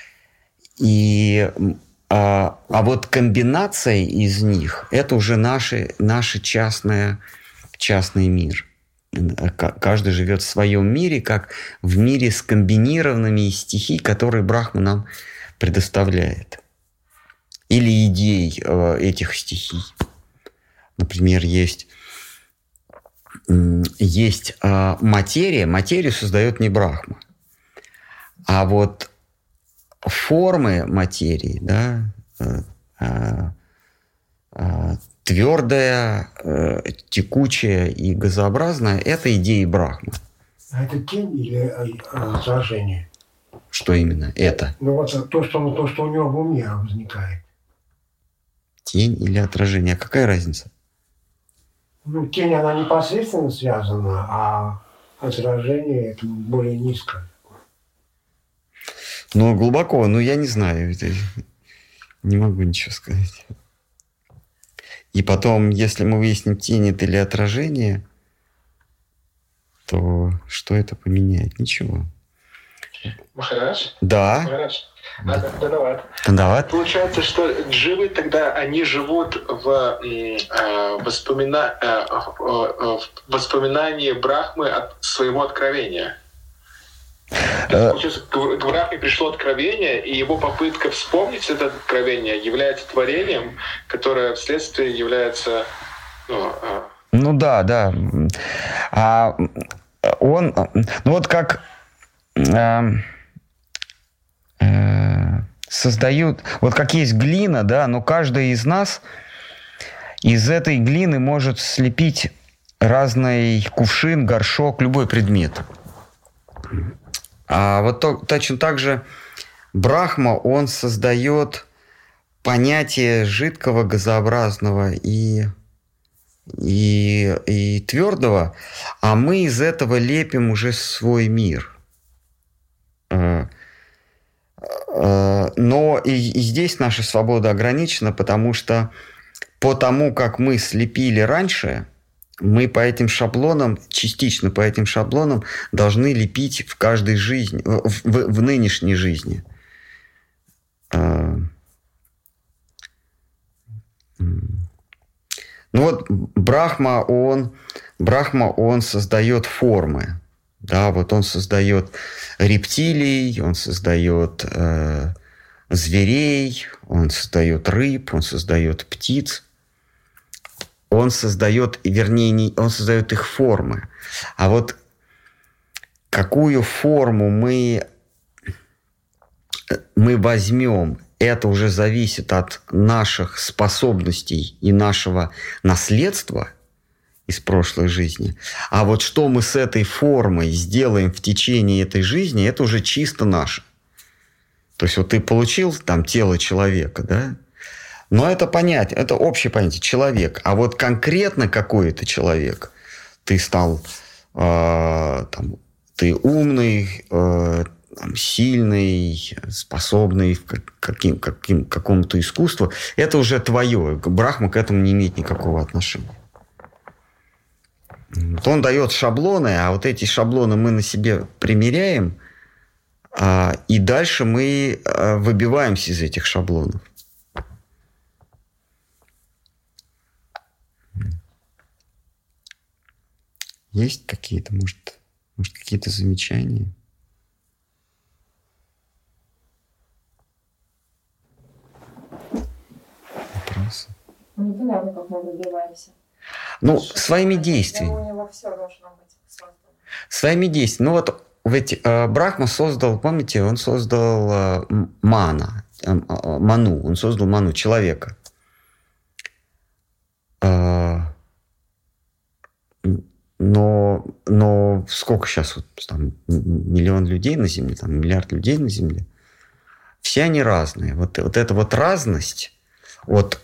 А вот комбинация из них – это уже наш частный мир. Каждый живет в своем мире, как в мире скомбинированными из стихий, которые Брахма нам предоставляет. Или идей этих стихий. Например, есть материя. Материю создает не Брахма. А вот формы материи, да, твердая, текучая и газообразная – это идеи Брахмы. А это тень или отражение? Что именно это? Ну вот то, что у него в уме возникает. Тень или отражение? А какая разница? Ну, тень, она непосредственно связана, а отражение – это более низко. Ну, глубоко, я не знаю. Не могу ничего сказать. И потом, если мы выясним, тень это или отражение, то что это поменяет? Ничего. Махарадж? Да. Махарадж. Дандават. Получается, что дживы тогда, они живут в воспоминании Брахмы от своего откровения. Получается, к Брахме пришло откровение, и его попытка вспомнить это откровение является творением, которое вследствие является... Ну да. Он... Ну вот как... создают... Вот как есть глина, да, но каждый из нас из этой глины может слепить разный кувшин, горшок, любой предмет. А вот точно так же Брахма, он создает понятие жидкого, газообразного и твердого, а мы из этого лепим уже свой мир. Но и здесь наша свобода ограничена, потому что по тому, как мы слепили раньше, мы по этим шаблонам, частично по этим шаблонам должны лепить в каждой жизни, в нынешней жизни. Ну вот Брахма, он создает формы. Да, вот он создает рептилий, он создает зверей, он создает рыб, он создает птиц. Он создает их формы. А вот какую форму мы возьмем, это уже зависит от наших способностей и нашего наследства из прошлой жизни. А вот что мы с этой формой сделаем в течение этой жизни, это уже чисто наше. То есть вот ты получил там тело человека, да? Но это понятие, это общее понятие человек. А вот конкретно какой это человек? Ты стал, ты умный, сильный, способный к какому-то искусству. Это уже твое. Брахма к этому не имеет никакого отношения. Вот он дает шаблоны, а вот эти шаблоны мы на себе примеряем, и дальше мы выбиваемся из этих шаблонов. Есть какие-то, может, какие-то замечания? Вопросы? Непонятно, как мы выбиваемся. Ну, своими действиями. У него все должно быть создано. Своими действиями. Ну вот ведь Брахма создал, помните, он создал ману, он создал ману, человека. Но сколько сейчас, вот, там, миллион людей на Земле, там, миллиард людей на Земле, все они разные. Вот эта вот разность от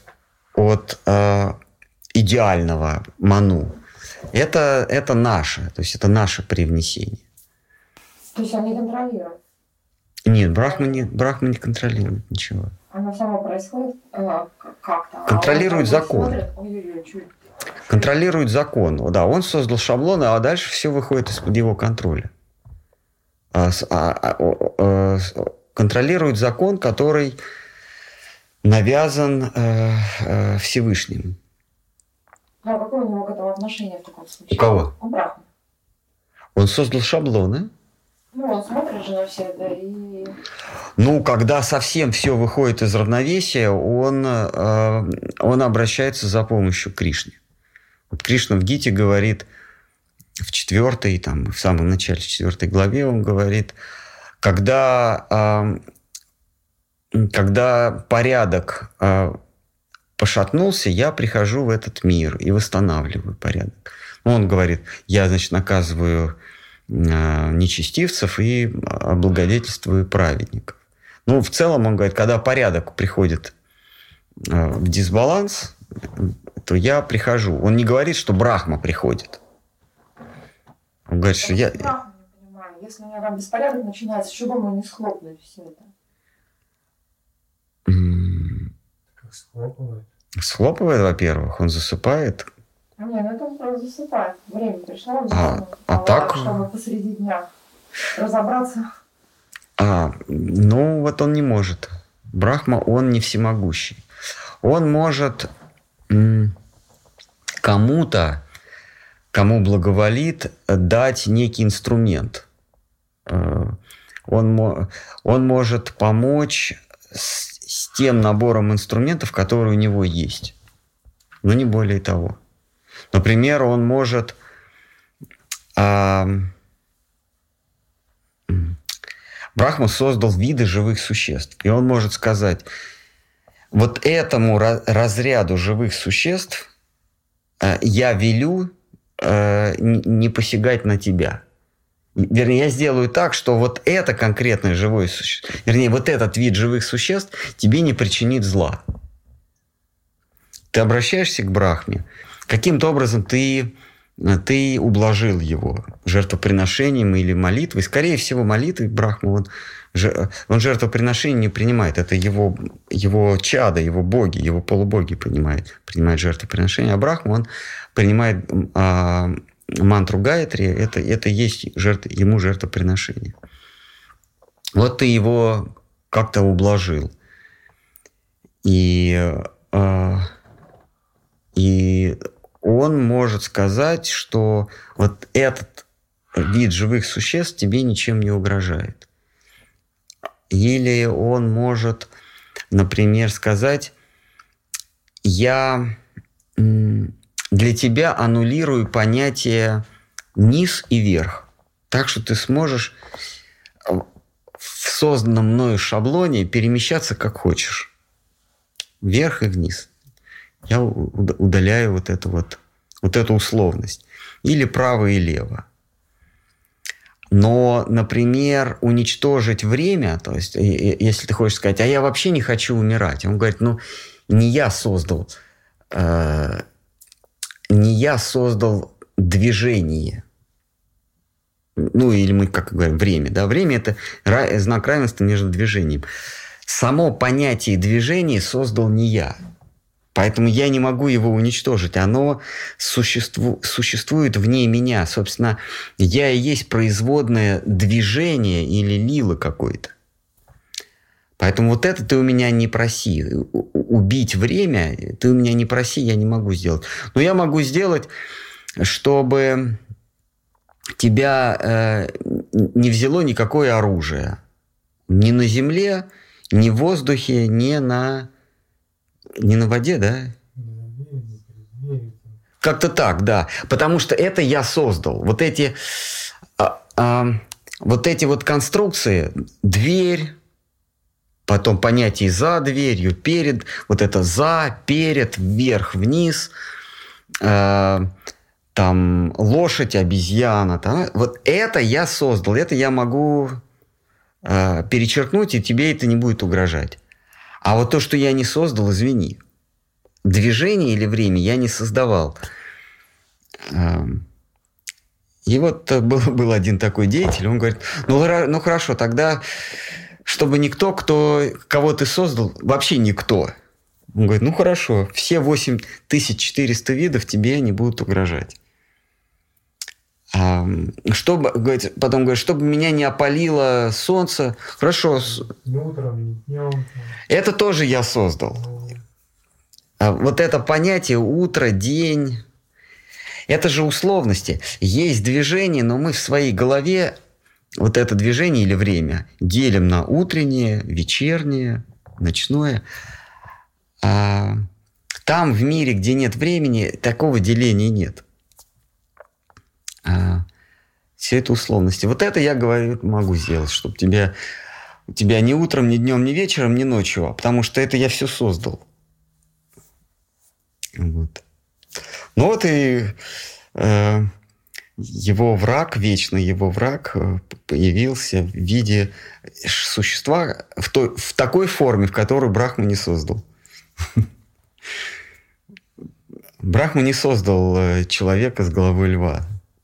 идеального ману, это наше, то есть это наше привнесение. То есть он не контролирует? Нет, Брахма не контролирует ничего. Оно само происходит как-то. Контролирует закон. Контролирует закон. Да, он создал шаблоны, а дальше все выходит из-под его контроля. Контролирует закон, который навязан Всевышним. Ну, а какое у него к этому отношение в таком случае? У кого? У Брахмы. Он создал шаблоны. Ну, он смотрит же на все это и... Ну, когда совсем все выходит из равновесия, он обращается за помощью к Кришне. Вот Кришна в Гите говорит, в 4, там, в самом начале 4 главе он говорит, когда порядок пошатнулся, я прихожу в этот мир и восстанавливаю порядок. Он говорит, я, значит, наказываю нечестивцев и облагодетельствую праведников. Ну, в целом, он говорит, когда порядок приходит в дисбаланс, то я прихожу. Он не говорит, что Брахма приходит. Он говорит, что я... Брахма, не понимаю. Если у меня там беспорядок начинается, что бы мы не схлопнули все это? Как схлопывает? Схлопывает, во-первых, он засыпает. Не, ну это он просто засыпает. Время пришло, он так... чтобы посреди дня разобраться. Ну, вот он не может. Брахма, он не всемогущий. Он может кому-то, кому благоволит, дать некий инструмент. Он может помочь с тем набором инструментов, которые у него есть. Но не более того. Например, он может... Брахма создал виды живых существ. И он может сказать, вот этому разряду живых существ я велю не посягать на тебя. Вернее, я сделаю так, что вот это конкретное живое существо, вернее, вот этот вид живых существ тебе не причинит зла. Ты обращаешься к Брахме, каким-то образом ты ублажил его жертвоприношением или молитвой. Скорее всего, молитвой Брахма он жертвоприношение не принимает. Это его чада, его боги, его полубоги принимают жертвоприношение. А Брахма, он принимает мантру Гаятри. Это есть ему жертвоприношение. Вот ты его как-то ублажил. И он может сказать, что вот этот вид живых существ тебе ничем не угрожает. Или он может, например, сказать, я для тебя аннулирую понятие низ и верх. так что ты сможешь в созданном мною шаблоне перемещаться как хочешь. Вверх и вниз. Я удаляю вот эту условность. Или право и лево. Но, например, уничтожить время, то есть, если ты хочешь сказать, а я вообще не хочу умирать. Он говорит, не я создал движение. Или мы, как говорим, время. Да? Время – это знак равенства между движением. Само понятие движения создал не я. Поэтому я не могу его уничтожить. Оно существует вне меня. Собственно, я и есть производное движение или лило какое-то. Поэтому вот это ты у меня не проси. Убить время ты у меня не проси, я не могу сделать. Но я могу сделать, чтобы тебя не взяло никакое оружие. Ни на земле, ни в воздухе, ни на воде, да? Как-то так, да. Потому что это я создал. Вот эти конструкции, дверь, потом понятие за дверью, перед, вот это за, перед, вверх, вниз, там лошадь, обезьяна. Там, вот это я создал, это я могу перечеркнуть, и тебе это не будет угрожать. А вот то, что я не создал, извини. Движение или время я не создавал. И вот был один такой деятель, он говорит, ну хорошо, тогда, чтобы никто, кого ты создал, вообще никто. Он говорит, ну хорошо, все 8400 видов тебе не будут угрожать. Потом говорит, чтобы меня не опалило солнце. Хорошо. Ни утром, ни днем. Это тоже я создал. Вот это понятие утро, день, это же условности. Есть движение, но мы в своей голове вот это движение или время делим на утреннее, вечернее, ночное. А там, в мире, где нет времени, такого деления нет. Все это условности. Вот это я говорю, могу сделать, чтобы у тебя ни утром, ни днем, ни вечером, ни ночью, потому что это я все создал. Вот. Ну вот и его враг, вечный его враг, появился в виде существа в такой форме, в которую Брахма не создал. Брахма не создал человека с головой льва.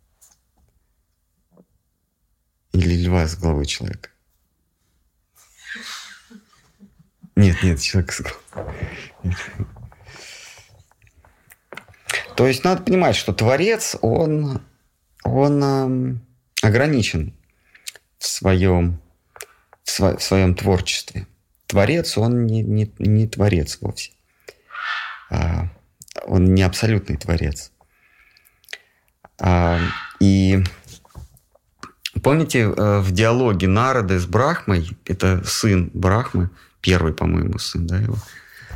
Или льва с головой человека. Нет, человек с головой. То есть надо понимать, что Творец, он ограничен в своем творчестве. Творец, он не творец вовсе. Он не абсолютный творец. И помните, в диалоге Нарады с Брахмой, это сын Брахмы, первый, по-моему, сын, да, его,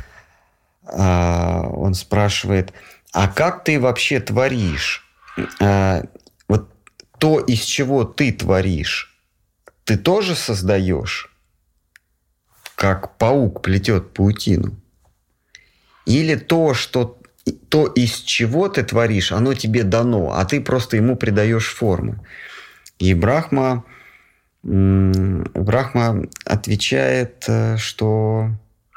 он спрашивает, а как ты вообще творишь? Вот то, из чего ты творишь, ты тоже создаешь? Как паук плетет паутину? Или то, из чего ты творишь, оно тебе дано, а ты просто ему придаешь формы? И Брахма отвечает, что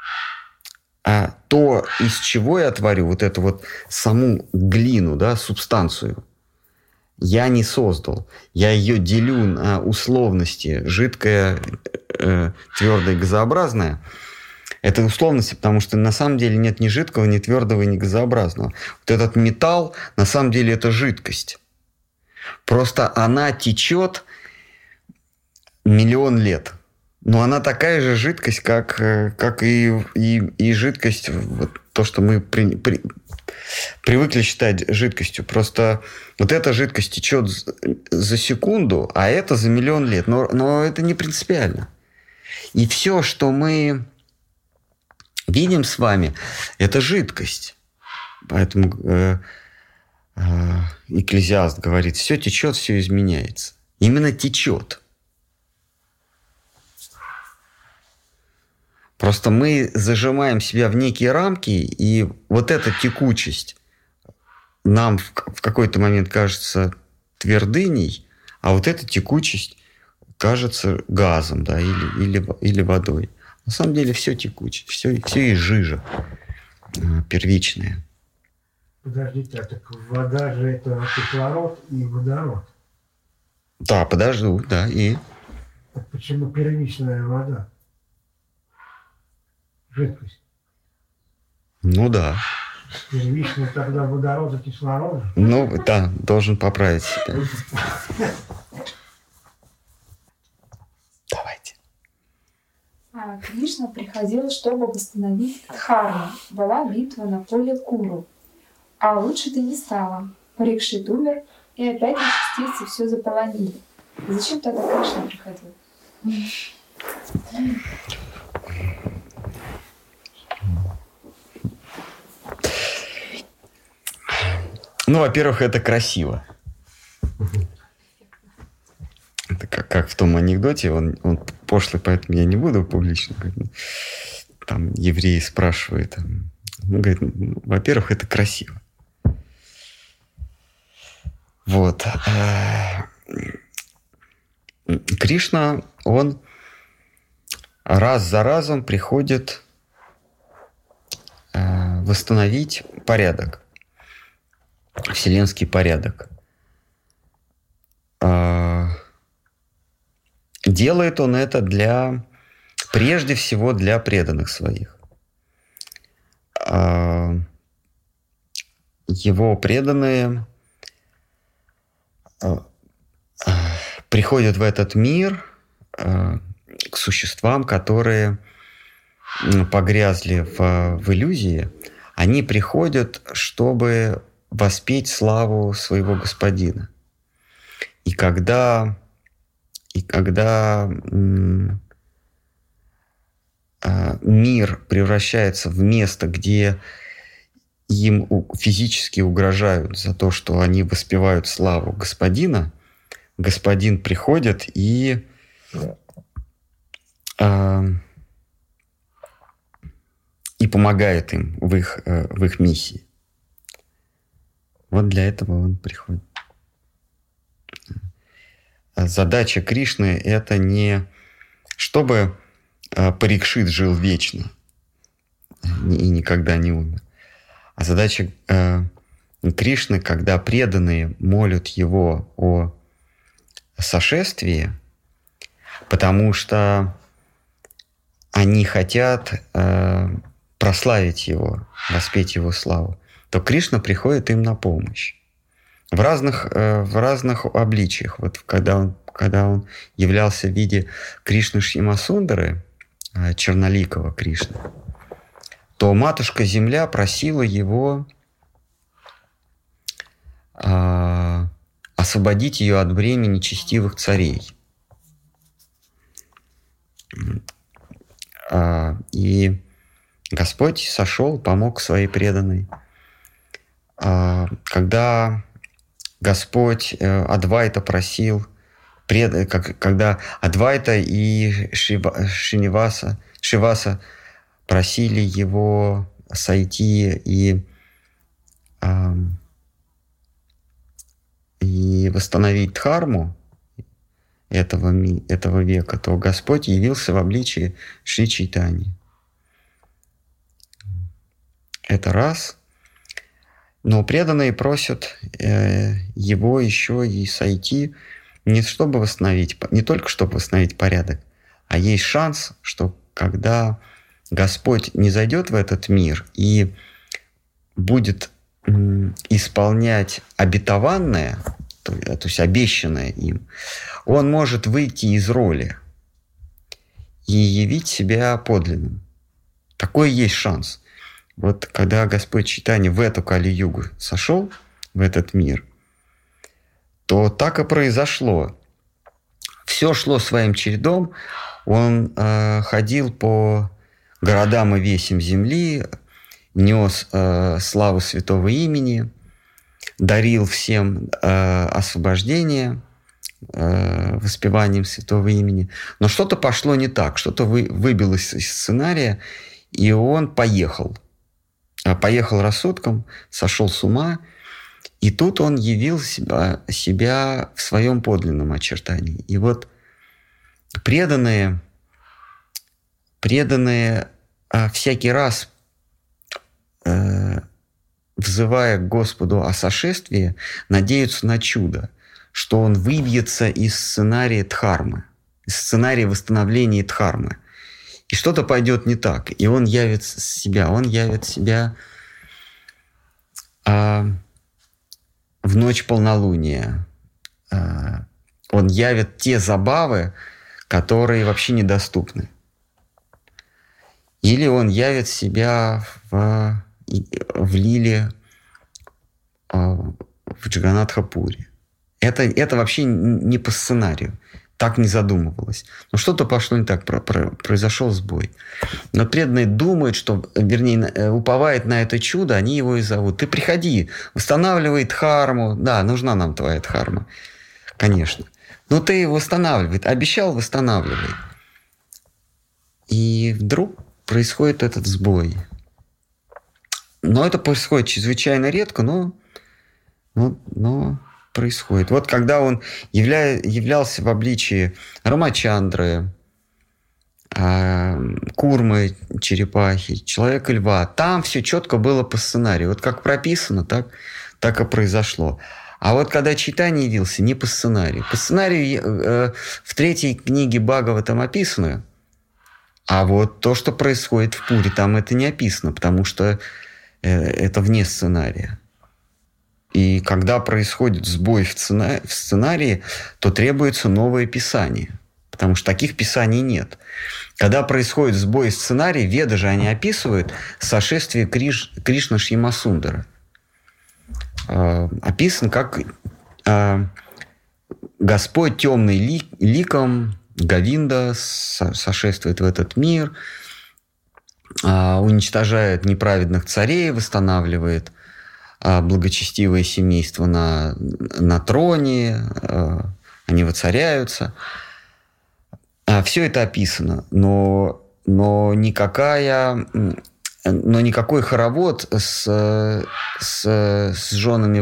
то, из чего я творю, вот эту вот саму глину, да, субстанцию, я не создал. Я ее делю на условности. Жидкое, твердое, газообразное. Это условности, потому что на самом деле нет ни жидкого, ни твердого, ни газообразного. Вот этот металл, на самом деле, это жидкость. Просто она течет миллион лет. Но она такая же жидкость, как и жидкость, вот то, что мы привыкли считать жидкостью. Просто вот эта жидкость течет за секунду, а это за миллион лет. Но это не принципиально. И все, что мы видим с вами, это жидкость. Поэтому Экклезиаст говорит, все течет, все изменяется. именно течет. Просто мы зажимаем себя в некие рамки, и вот эта текучесть нам в какой-то момент кажется твердыней, а вот эта текучесть кажется газом, да, или водой. На самом деле все текучее, все и жижа первичная. Подождите, а так вода же это кислород и водород. Да, подожду, да, и... Так почему первичная вода? Жидкость. Ну да. Первичная тогда водород и кислород. Ну да, должен поправить себя. Давайте. Кришна приходил, чтобы восстановить дхарму. Была битва на поле Куру. А лучше-то не стало. Парикшит умер, и опять нечестивцы все заполонили. Зачем тогда Кришна приходил? Ну, во-первых, это красиво. Это как в том анекдоте, он пошлый, поэтому я не буду публично говорить. Там евреи спрашивают. Он говорит, во-первых, это красиво. Вот. Кришна, он раз за разом приходит восстановить порядок, вселенский порядок. Делает он это прежде всего для преданных своих. Его преданные приходят в этот мир к существам, которые погрязли в иллюзии. Они приходят, чтобы воспеть славу своего господина. И когда мир превращается в место, где им физически угрожают за то, что они воспевают славу господина, господин приходит и помогает им в их миссии. Вот для этого он приходит. Задача Кришны – это не чтобы Парикшит жил вечно и никогда не умер. А задача Кришны, когда преданные молят его о сошествии, потому что они хотят прославить его, воспеть его славу, то Кришна приходит им на помощь. В разных обличиях. Вот когда он являлся в виде Кришны Шьямасундары, черноликого Кришны, то Матушка Земля просила его освободить ее от бремени нечестивых царей. И Господь сошел, помог своей преданной. Когда Господь Адвайта просил, когда Адвайта и Шиваса просили его сойти и восстановить дхарму этого века, то Господь явился в обличии Шри Чайтаньи. Это раз. Но преданные просят его еще и сойти не только чтобы восстановить порядок, а есть шанс, что когда Господь не зайдет в этот мир и будет исполнять обетованное, то есть обещанное им, он может выйти из роли и явить себя подлинным. Такой есть шанс. Вот когда Господь Чайтанья в эту Кали-югу сошел, в этот мир, то так и произошло. Все шло своим чередом. Он ходил по городам и весям земли, нес славу святого имени, дарил всем освобождение, воспеванием святого имени. Но что-то пошло не так, что-то выбилось из сценария, и он поехал. Поехал рассудком, сошел с ума, и тут он явил себя в своем подлинном очертании. И вот преданные всякий раз, взывая к Господу о сошествии, надеются на чудо, что он выбьется из сценария дхармы, из сценария восстановления дхармы. И что-то пойдет не так, и он явит себя в ночь полнолуния. Он явит те забавы, которые вообще недоступны. Или он явит себя в лиле в Джаганатха-пури. Это вообще не по сценарию. Так не задумывалось. Но что-то пошло не так, произошел сбой. Но преданные думают, уповают на это чудо, они его и зовут. Ты приходи, восстанавливай дхарму. Да, нужна нам твоя дхарма. Конечно. Но ты восстанавливай. Обещал, восстанавливай. И вдруг происходит этот сбой. Но это происходит чрезвычайно редко, но происходит. Вот когда он являлся в обличии Рамачандры, Курмы, черепахи, Человека-льва, там все четко было по сценарию. Вот как прописано, так и произошло. А вот когда Чайтанья явился, не по сценарию. По сценарию в 3 книге Бхагаватам описано, а вот то, что происходит в Пури, там это не описано, потому что это вне сценария. И когда происходит сбой в сценарии, то требуется новое писание, потому что таких писаний нет. Когда происходит сбой в сценарии, Веды же они описывают сошествие Кришны Шьямасундара. Описан как Господь темный ликом Говинда сошествует в этот мир, уничтожает неправедных царей, восстанавливает благочестивое семейство на троне, они воцаряются. Все это описано, но никакой хоровод с женами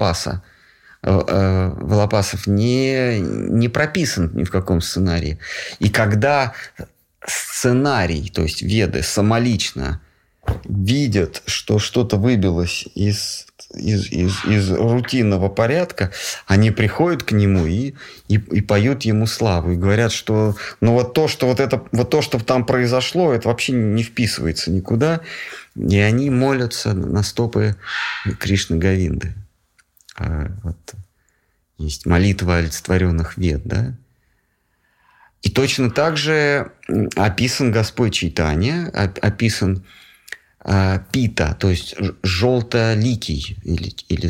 Волопасов не прописан ни в каком сценарии. И когда сценарий, то есть Веды самолично видят, что что-то выбилось из рутинного порядка, они приходят к нему и поют ему славу. И говорят, что то, что там произошло, это вообще не вписывается никуда. И они молятся на стопы Кришны Говинды. Вот есть молитва олицетворенных Вед, да? И точно так же описан Господь Чайтанья, описан Пита, то есть желтоликий или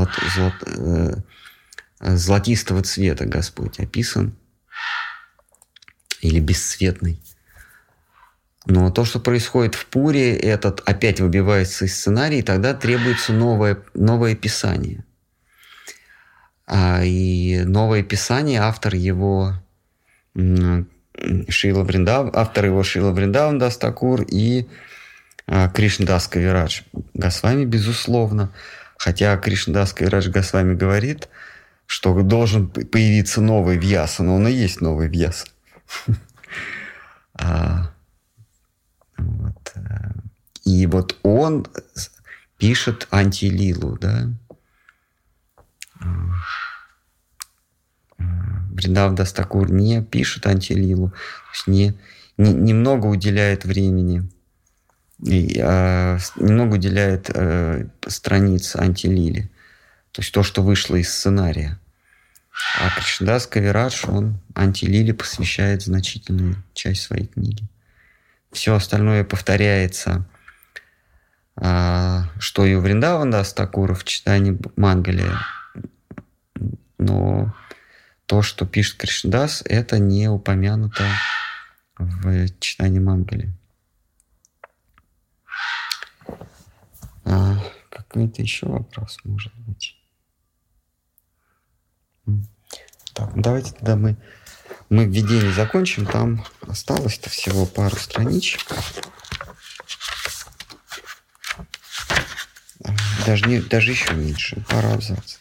золотистого цвета Господь описан, или бесцветный. Но то, что происходит в Пуре, этот опять выбивается из сценария, и тогда требуется новое писание. И новое писание, автор его Шрила Вриндаван Дас Такур и Кришнадас Кавирадж Госвами, безусловно. Хотя Кришнадас Кавирадж Госвами говорит, что должен появиться новый Вьяса, но он и есть новый Вьяса. И вот он пишет антилилу, да. Вриндаван Дас Такур не пишет антилилу, то есть немного уделяет времени, немного уделяет страниц антилиле, то есть то, что вышло из сценария. А Кришнадас Кавирадж, он антилиле посвящает значительную часть своей книги. Все остальное повторяется, что и у Вриндавана Дас Такура в читании Мангали, но то, что пишет Кришнадас, это не упомянуто в читании Мангали. Какой-то еще вопрос может быть? Так, давайте тогда мы введение закончим. Там осталось-то всего пару страничек. Даже еще меньше, пару абзацев.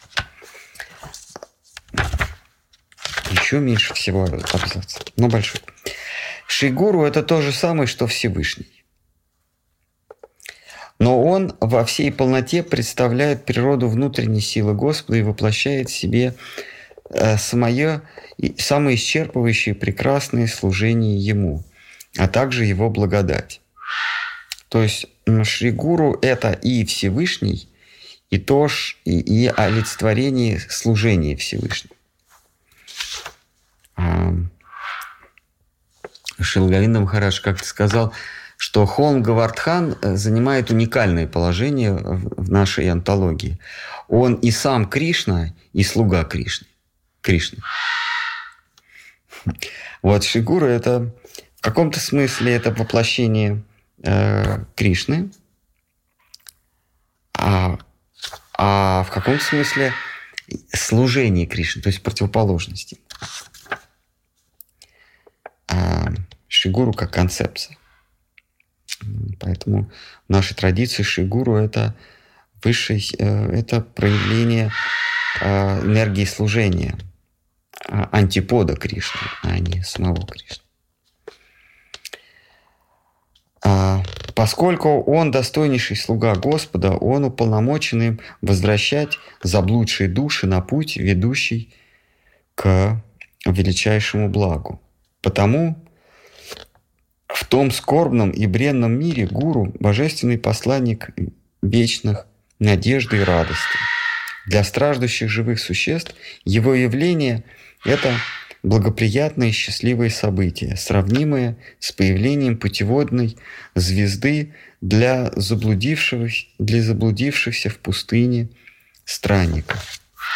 Еще меньше всего абзацев, но большой. Шри-гуру – это то же самое, что Всевышний. Но он во всей полноте представляет природу внутренней силы Господа и воплощает в себе самое исчерпывающее прекрасное служение Ему, а также Его благодать. То есть Шри-гуру – это и Всевышний, и олицетворение служения Всевышнему. Шрила Говинда Махарадж как-то сказал, что Холм Гавардхан занимает уникальное положение в нашей антологии. Он и сам Кришна, и слуга Кришны. Вот Шри-гуру – это в каком-то смысле это воплощение Кришны, а в каком-то смысле служение Кришны, то есть противоположности. Шри-гуру как концепция. Поэтому в нашей традиции Шри-гуру это это проявление энергии служения, антипода Кришны, а не самого Кришны. Поскольку он достойнейший слуга Господа, он уполномочен им возвращать заблудшие души на путь, ведущий к величайшему благу. Потому в том скорбном и бренном мире гуру – божественный посланник вечных надежды и радости. Для страждущих живых существ его явление – это благоприятное и счастливое событие, сравнимое с появлением путеводной звезды для заблудившихся в пустыне странников.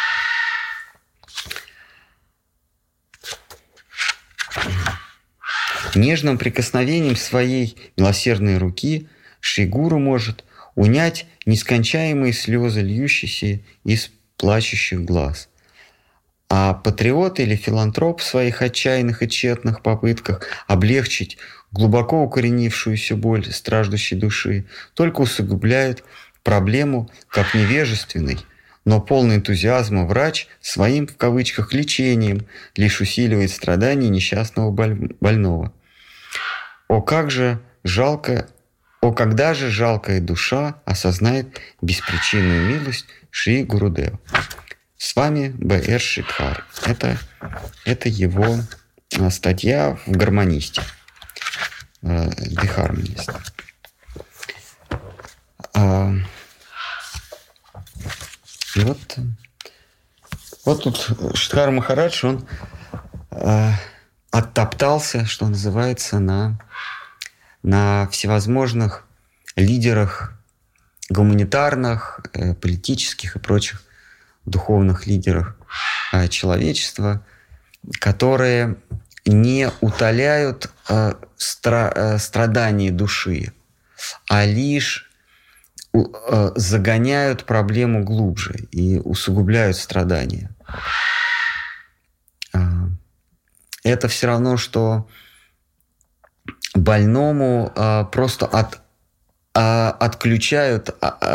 Нежным прикосновением своей милосердной руки Шри-гуру может унять нескончаемые слезы, льющиеся из плачущих глаз. А патриот или филантроп в своих отчаянных и тщетных попытках облегчить глубоко укоренившуюся боль страждущей души только усугубляет проблему, как невежественный, но полный энтузиазма врач своим, в кавычках, лечением лишь усиливает страдания несчастного больного. Когда же жалкая душа осознает беспричинную милость Шри Гурудева. С вами Б.Р. Шридхар. Это его статья в «Гармонисте». The Harmonist. И вот тут Шридхар Махарадж, он оттоптался, что называется, на всевозможных лидерах гуманитарных, политических и прочих духовных лидерах человечества, которые не утоляют страдания души, а лишь загоняют проблему глубже и усугубляют страдания. Это все равно, что больному просто отключают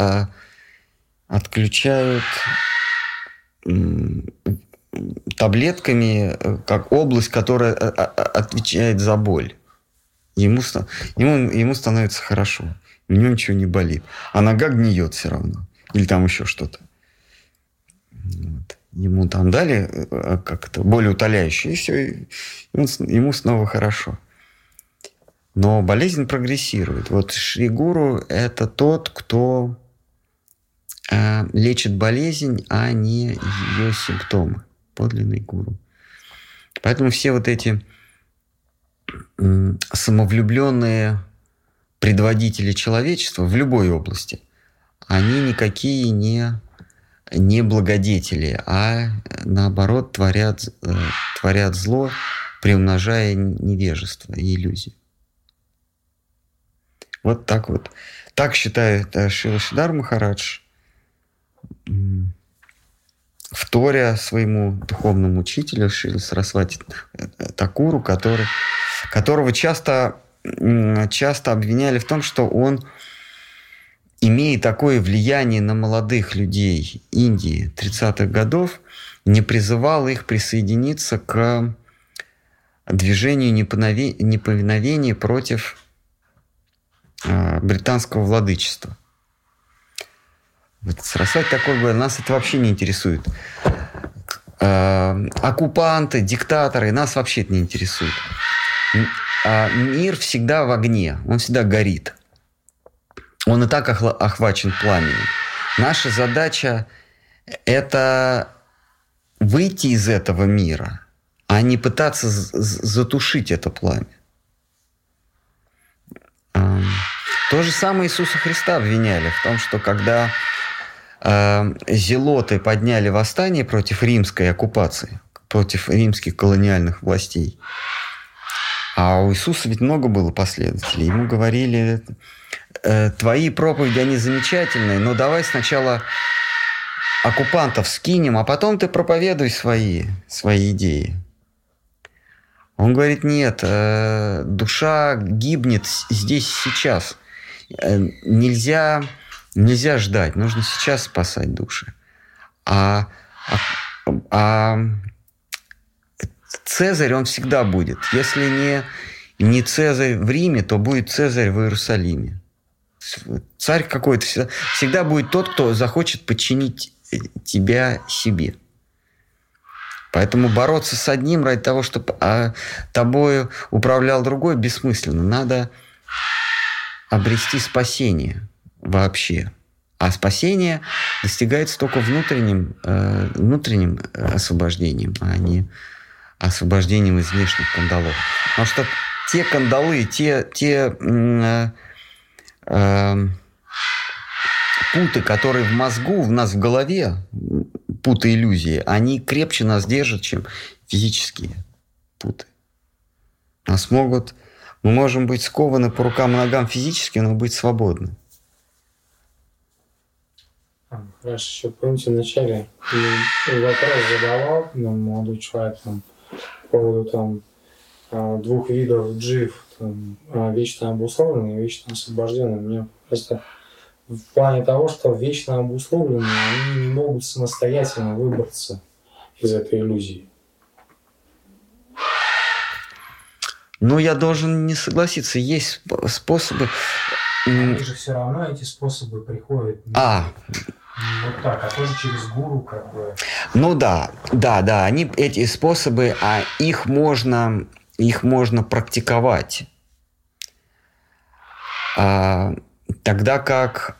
таблетками как область, которая отвечает за боль. Ему становится хорошо. У него ничего не болит. А нога гниет все равно. Или там еще что-то. Вот. Ему там дали как-то более утоляющее, и все, ему снова хорошо. Но болезнь прогрессирует. Вот Шри-гуру – это тот, кто лечит болезнь, а не ее симптомы. Подлинный гуру. Поэтому все вот эти самовлюбленные предводители человечества в любой области, они никакие не благодетели, а наоборот творят зло, приумножая невежество и иллюзии. Вот так вот. Так считает Шрила Шридхар Махарадж. вторя своему духовному учителю Шрила Сарасвати Такуру, которого часто обвиняли в том, что он, имея такое влияние на молодых людей Индии 30-х годов, не призывал их присоединиться к движению неповиновения против британского владычества. Сарасвати такой говорит, нас это вообще не интересует. Оккупанты, диктаторы, нас вообще это не интересует. Мир всегда в огне, он всегда горит. Он и так охвачен пламенем. Наша задача – это выйти из этого мира, а не пытаться затушить это пламя. То же самое Иисуса Христа обвиняли в том, что когда зелоты подняли восстание против римской оккупации, против римских колониальных властей, а у Иисуса ведь много было последователей, ему говорили, твои проповеди, они замечательные, но давай сначала оккупантов скинем, а потом ты проповедуй свои идеи. Он говорит, нет, душа гибнет здесь сейчас. Нельзя ждать, нужно сейчас спасать души. А Цезарь, он всегда будет. Если не Цезарь в Риме, то будет Цезарь в Иерусалиме. Царь какой-то всегда будет тот, кто захочет подчинить тебя себе. Поэтому бороться с одним ради того, чтобы тобой управлял другой, бессмысленно. Надо обрести спасение вообще. А спасение достигается только внутренним освобождением, а не освобождением из внешних кандалов. Потому что те кандалы, те путы, которые в мозгу, у нас в голове, путы иллюзии, они крепче нас держат, чем физические путы. Мы можем быть скованы по рукам и ногам физически, но быть свободны. Хорошо, еще помните, вначале вопрос задавал молодой человек по поводу двух видов джив, вечно обусловленные и вечно освобожденные. Мне просто в плане того, что вечно обусловленные, они не могут самостоятельно выбраться из этой иллюзии. Ну, я должен не согласиться. Есть способы... Они же все равно, эти способы приходят вот так, а тоже через гуру как бы. Ну да, они, эти способы, их можно практиковать. Тогда как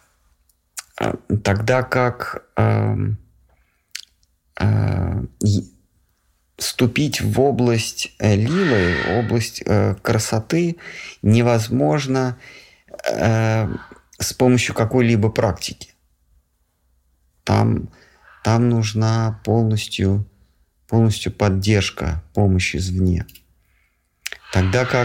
вступить в область лилы, область красоты невозможно с помощью какой-либо практики. Там нужна полностью поддержка, помощь извне. Тогда как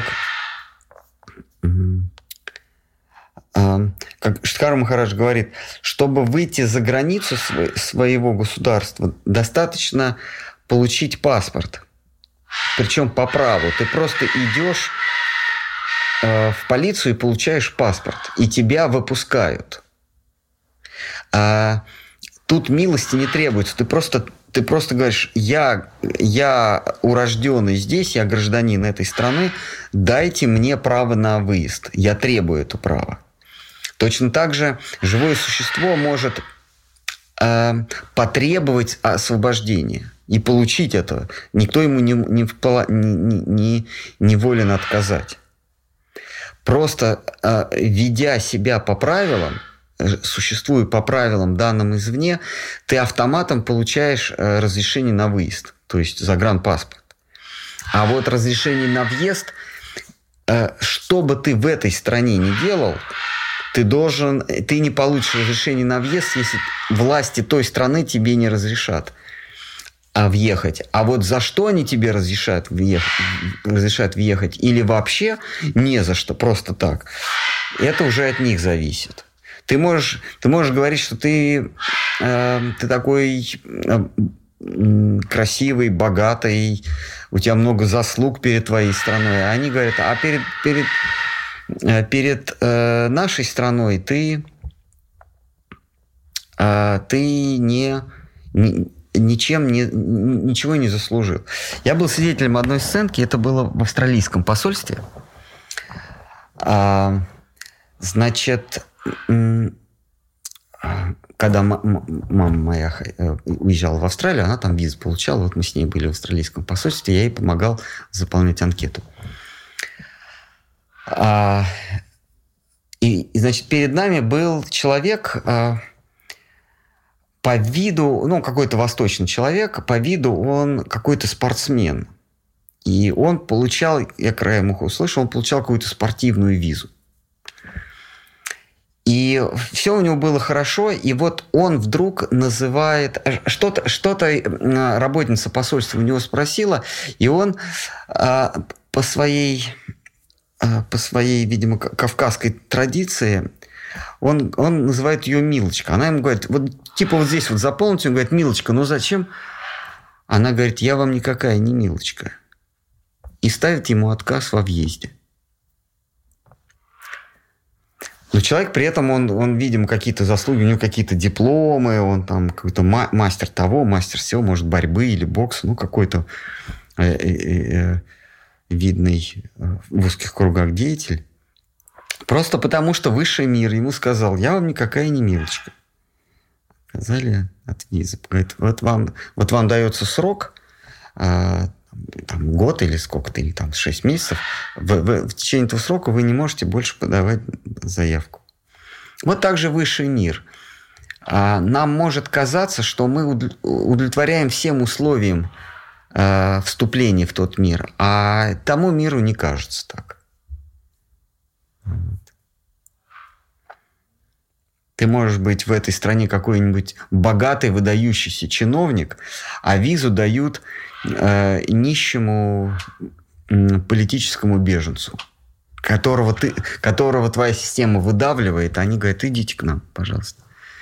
Штхар Махарадж говорит, чтобы выйти за границу своего государства, достаточно получить паспорт. Причем по праву. Ты просто идешь в полицию и получаешь паспорт, и тебя выпускают. Тут милости не требуется. Ты просто говоришь, я урожденный здесь, я гражданин этой страны, дайте мне право на выезд. Я требую это право. Точно так же живое существо может потребовать освобождения и получить это. Никто ему не волен отказать. Просто ведя себя по правилам, существуя по правилам, данным извне, ты автоматом получаешь разрешение на выезд, то есть загранпаспорт. А вот разрешение на въезд, что бы ты в этой стране ни делал, ты не получишь разрешение на въезд, если власти той страны тебе не разрешат въехать. А вот за что они тебе разрешают въехать или вообще не за что, просто так, это уже от них зависит. Ты можешь говорить, что ты такой красивый, богатый, у тебя много заслуг перед твоей страной. А они говорят, а перед нашей страной ты ничего не заслужил. Я был свидетелем одной сценки, это было в австралийском посольстве. Значит, когда мама моя уезжала в Австралию, она там визу получала, вот мы с ней были в австралийском посольстве, я ей помогал заполнять анкету. И, значит, перед нами был человек, по виду, какой-то восточный человек, по виду он какой-то спортсмен. И он получал, я краем уха услышал, он получал какую-то спортивную визу. И все у него было хорошо, и вот он вдруг называет... Что-то работница посольства у него спросила, и он по своей, видимо, кавказской традиции, он называет ее Милочка. Она ему говорит, вот здесь вот заполните, он говорит, Милочка, зачем? Она говорит, я вам никакая не Милочка. И ставит ему отказ во въезде. Но человек при этом, он, видимо, какие-то заслуги, у него какие-то дипломы, он там какой-то мастер того, мастер всего, может, борьбы или бокса, какой-то видный в узких кругах деятель. Просто потому, что высший мир ему сказал, я вам никакая не Милочка. Сказали от визы. Говорит, вот вам дается срок, год или сколько-то, или 6 месяцев, в течение этого срока вы не можете больше подавать заявку. Вот так же высший мир. Нам может казаться, что мы удовлетворяем всем условиям вступления в тот мир, а тому миру не кажется так. Ты можешь быть в этой стране какой-нибудь богатый, выдающийся чиновник, а визу дают нищему политическому беженцу, которого твоя система выдавливает, а они говорят, идите к нам, пожалуйста.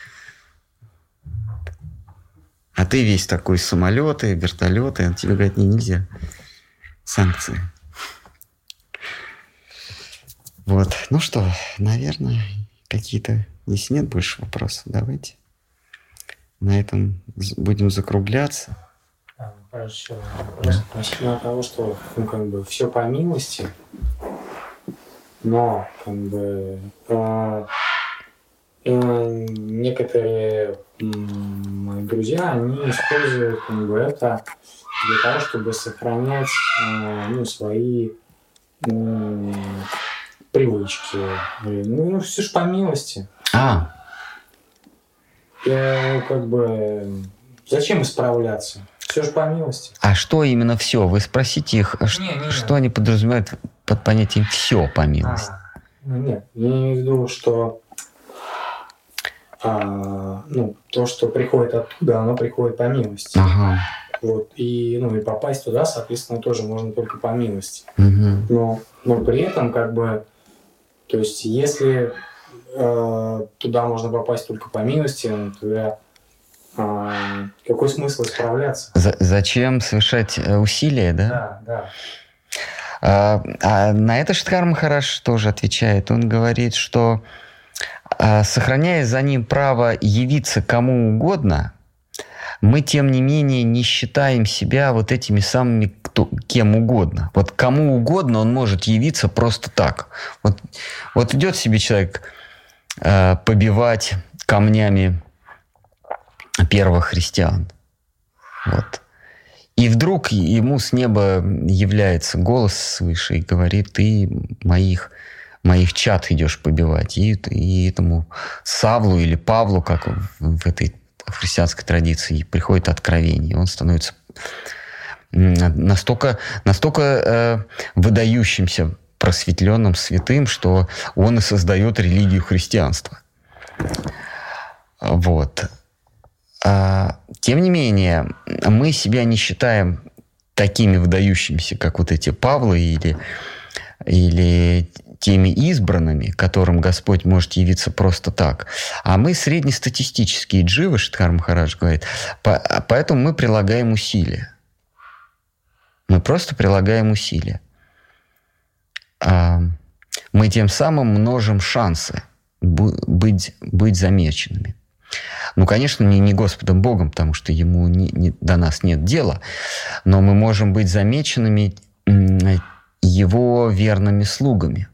А ты весь такой самолеты, вертолеты, а тебе говорят, нельзя. Санкции. Вот. Что, наверное, какие-то... Здесь нет больше вопросов. Давайте на этом будем закругляться. Хорошо. Вопрос относительно того, что все по милости, но некоторые мои друзья, они используют это для того, чтобы сохранять свои привычки. Все же по милости. Зачем исправляться? Все же по милости. А что именно все? Вы спросите их, что они подразумевают под понятием «все по милости». Нет, я имею в виду, что то, что приходит оттуда, оно приходит по милости. Ага. Вот. И попасть туда, соответственно, тоже можно только по милости. Угу. Но при этом то есть если туда можно попасть только по милости, тогда какой смысл исправляться? Зачем совершать усилия, да? Да. А на это Штхар Махарадж тоже отвечает. Он говорит, что сохраняя за ним право явиться кому угодно, мы, тем не менее, не считаем себя вот этими самыми кем угодно. Вот кому угодно он может явиться просто так. Вот идет себе человек побивать камнями первых христиан. Вот. И вдруг ему с неба является голос свыше и говорит, ты моих чад идешь побивать. И этому Савлу или Павлу, как в этой христианской традиции, приходит откровение. Он становится настолько выдающимся, просветленным, святым, что он и создает религию христианства. Вот. Тем не менее, мы себя не считаем такими выдающимися, как вот эти Павлы или теми избранными, которым Господь может явиться просто так. А мы среднестатистические дживы, Шридхар Махарадж говорит, поэтому мы прилагаем усилия. Мы просто прилагаем усилия. Мы тем самым множим шансы быть замеченными. Ну, конечно, не Господом Богом, потому что Ему до нас нет дела, но мы можем быть замеченными Его верными слугами.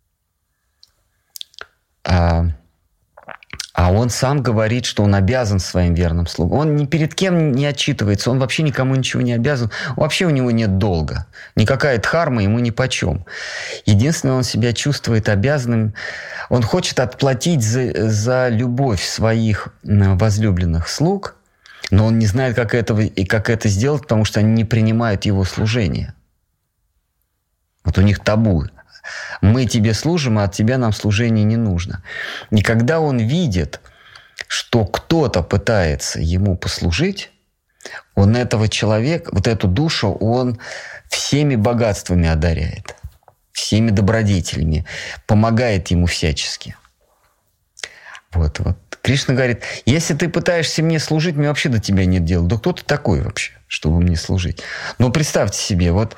А Он сам говорит, что Он обязан своим верным слугам. Он ни перед кем не отчитывается, Он вообще никому ничего не обязан. Вообще у Него нет долга. Никакая дхарма Ему нипочем. Единственное, Он себя чувствует обязанным. Он хочет отплатить за любовь своих возлюбленных слуг, но Он не знает, как это сделать, потому что они не принимают Его служение. Вот у них табу. Мы тебе служим, а от тебя нам служение не нужно. И когда он видит, что кто-то пытается ему послужить, он этого человека, вот эту душу, он всеми богатствами одаряет, всеми добродетелями, помогает ему всячески. Вот. Кришна говорит, если ты пытаешься мне служить, мне вообще до тебя нет дела. Да кто ты такой вообще, чтобы мне служить? Но представьте себе, вот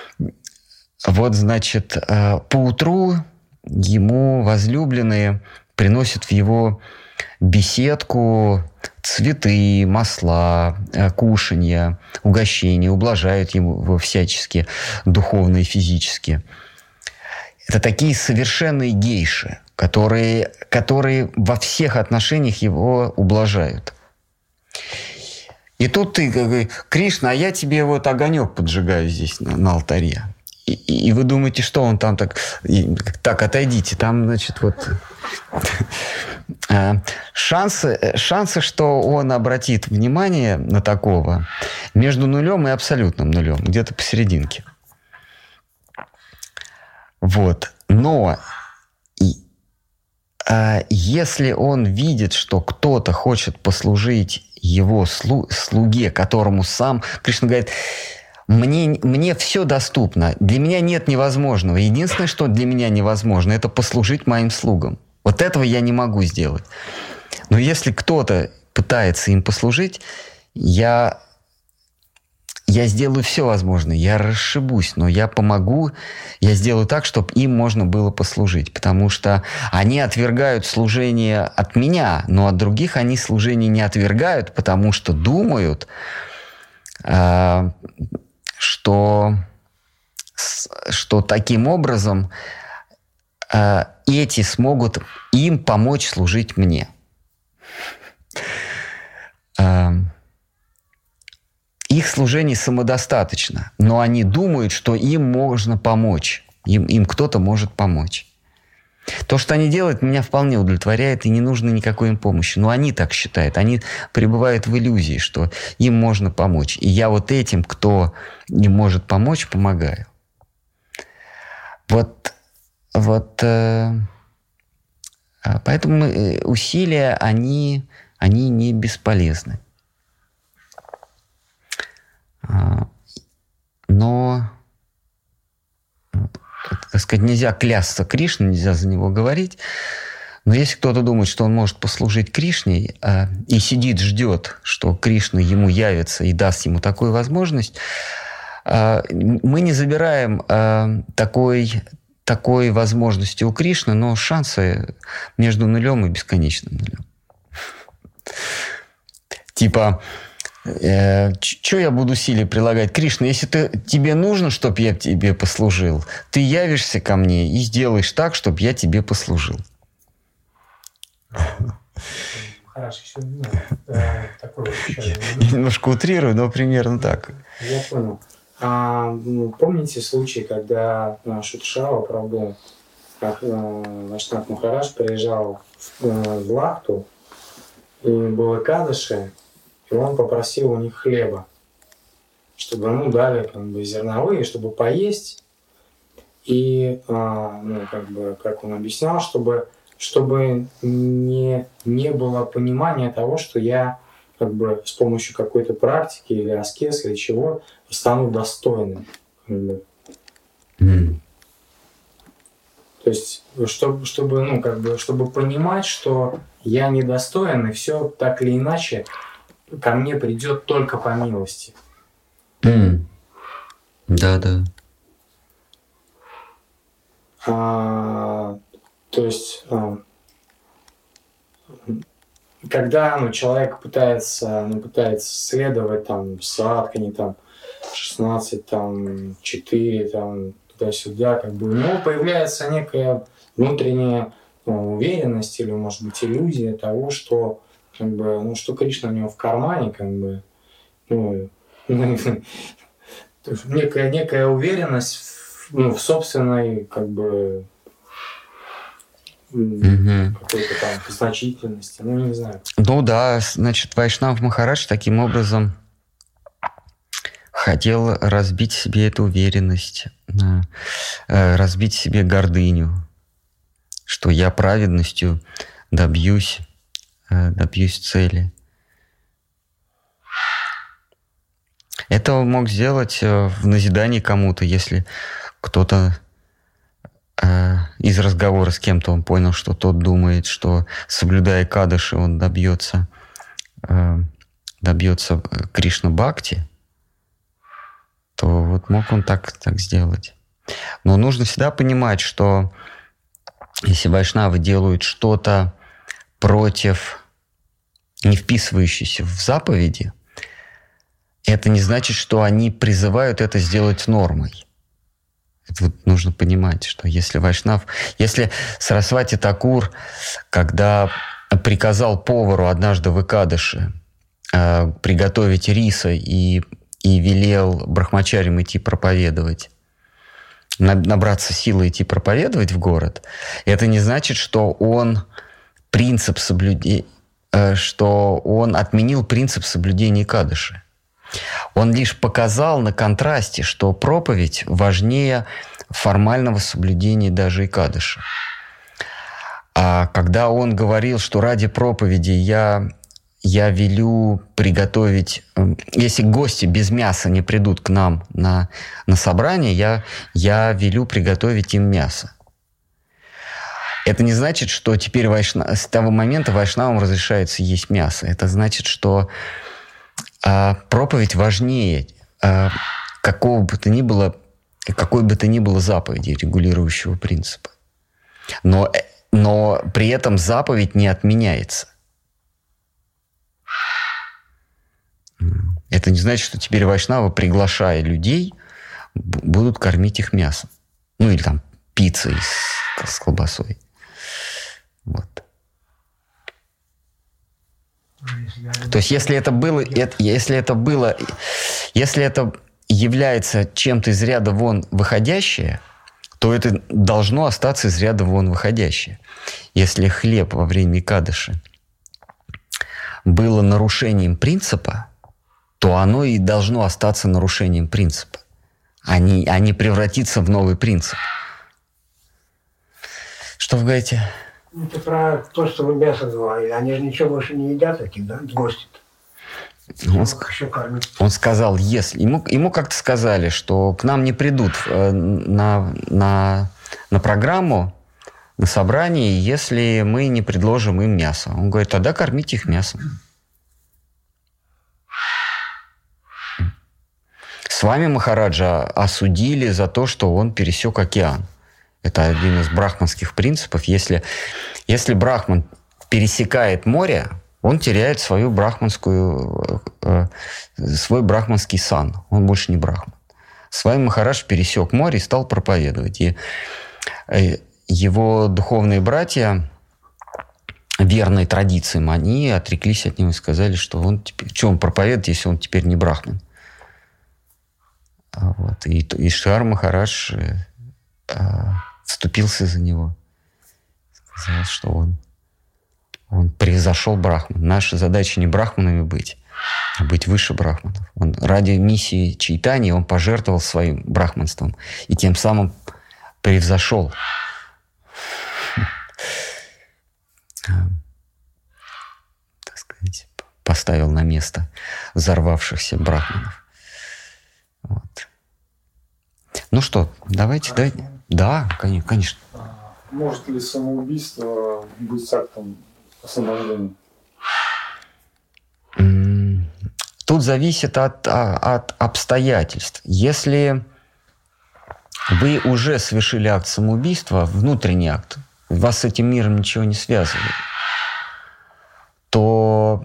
значит, поутру ему возлюбленные приносят в его беседку цветы, масла, кушанья, угощения, ублажают его всячески, духовно и физически. Это такие совершенные гейши, которые во всех отношениях его ублажают. И тут ты говоришь, Кришна, а я тебе вот огонек поджигаю здесь на алтаре. И вы думаете, что он там так... Так, отойдите, там, значит, вот... Шансы, что он обратит внимание на такого, между нулем и абсолютным нулем, где-то посерединке. Вот. Но если он видит, что кто-то хочет послужить его слуге, которому сам... Кришна говорит... Мне все доступно. Для меня нет невозможного. Единственное, что для меня невозможно, это послужить моим слугам. Вот этого я не могу сделать. Но если кто-то пытается им послужить, я сделаю все возможное. Я расшибусь, но я помогу. Я сделаю так, чтобы им можно было послужить. Потому что они отвергают служение от меня, но от других они служение не отвергают, потому что думают... что таким образом эти смогут им помочь служить мне. Их служение самодостаточно, но они думают, что им можно помочь, им кто-то может помочь. То, что они делают, меня вполне удовлетворяет, и не нужно никакой им помощи. Но они так считают. Они пребывают в иллюзии, что им можно помочь. И я вот этим, кто им может помочь, помогаю. Поэтому усилия, они не бесполезны. Но... так сказать, нельзя клясться Кришной, нельзя за него говорить. Но если кто-то думает, что он может послужить Кришне и сидит, ждет, что Кришна ему явится и даст ему такую возможность, мы не забираем такой возможности у Кришны, но шансы между нулем и бесконечным нулем. Типа... Что я буду усилия прилагать? Кришна, если тебе нужно, чтобы я тебе послужил, ты явишься ко мне и сделаешь так, чтобы я тебе послужил. Хорошо, еще такой еще. Я немножко утрирую, но примерно так. Я понял. Помните случай, когда Шутшава Прабху, Вайшнав Махарадж приезжал в Лахту, и было Экадаши, и он попросил у них хлеба, чтобы ему дали зерновые, чтобы поесть. И, как он объяснял, чтобы не было понимания того, что я с помощью какой-то практики или аскезы или чего стану достойным. То То есть, чтобы понимать, что я недостоин, и все так или иначе ко мне придет только по милости. Да. То есть, когда человек пытается следовать садхане, 16, 4, туда-сюда, у него появляется некая внутренняя уверенность или, может быть, иллюзия того, что что Кришна у него в кармане, некая уверенность в собственной какой-то значительности, не знаю. Ну да, значит, Вайшнав Махарадж таким образом хотел разбить себе эту уверенность, разбить себе гордыню, что я праведностью добьюсь цели. Это он мог сделать в назидании кому-то, если кто-то из разговора с кем-то он понял, что тот думает, что, соблюдая кадыши, он добьется Кришна-бхакти, то вот мог он так сделать. Но нужно всегда понимать, что если вайшнавы делают что-то против не вписывающейся в заповеди, это не значит, что они призывают это сделать нормой. Это вот нужно понимать, что если Сарасвати Такур, когда приказал повару однажды в Экадаши приготовить риса и велел брахмачарям идти проповедовать, набраться силы идти проповедовать в город, это не значит, что он отменил принцип соблюдения Экадаши. Он лишь показал на контрасте, что проповедь важнее формального соблюдения даже Экадаши. А когда он говорил, что ради проповеди я велю приготовить... Если гости без мяса не придут к нам на собрание, я велю приготовить им мясо. Это не значит, что теперь с того момента вайшнавам разрешается есть мясо. Это значит, что проповедь важнее какой бы то ни было заповеди, регулирующего принципа. Но при этом заповедь не отменяется. Это не значит, что теперь вайшнавы, приглашая людей, будут кормить их мясом. Или пиццей с колбасой. Вот. То есть, если это является чем-то из ряда вон выходящее, то это должно остаться из ряда вон выходящее. Если хлеб во время Экадаши было нарушением принципа, то оно и должно остаться нарушением принципа, а не превратиться в новый принцип. Что вы говорите? Это про то, что вы мясо говорили. Они же ничего больше не едят, такие, да, гости-то. Он сказал, если... Ему как-то сказали, что к нам не придут на программу, на собрание, если мы не предложим им мясо. Он говорит, тогда кормите их мясом. С вами Махараджа осудили за то, что он пересек океан. Это один из брахманских принципов. Если брахман пересекает море, он теряет свой брахманский сан. Он больше не брахман. С вами Махарадж пересек море и стал проповедовать. И его духовные братья, верные традициям, они отреклись от него и сказали, что он проповедует, если он теперь не брахман. Вот. И Шар Махарадж вступился за него. Сказал, что он превзошел брахман. Наша задача не брахманами быть, а быть выше брахманов. Он ради миссии Чайтаньи он пожертвовал своим брахманством и тем самым превзошел так сказать, поставил на место взорвавшихся брахманов. Вот. Ну что, давайте. Да, конечно. Может ли самоубийство быть актом освобождения? Тут зависит от обстоятельств. Если вы уже совершили акт самоубийства, внутренний акт, вас с этим миром ничего не связывает, то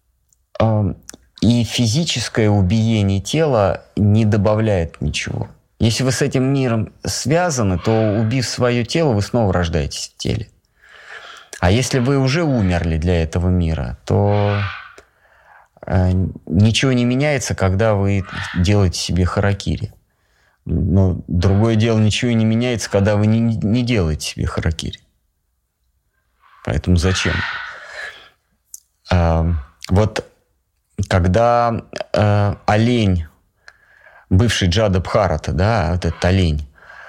и физическое убиение тела не добавляет ничего. Если вы с этим миром связаны, то, убив свое тело, вы снова рождаетесь в теле. А если вы уже умерли для этого мира, то ничего не меняется, когда вы делаете себе харакири. Но другое дело, ничего не меняется, когда вы не делаете себе харакири. Поэтому зачем? Вот когда олень, бывший Джада Бхарата, да, вот этот олень,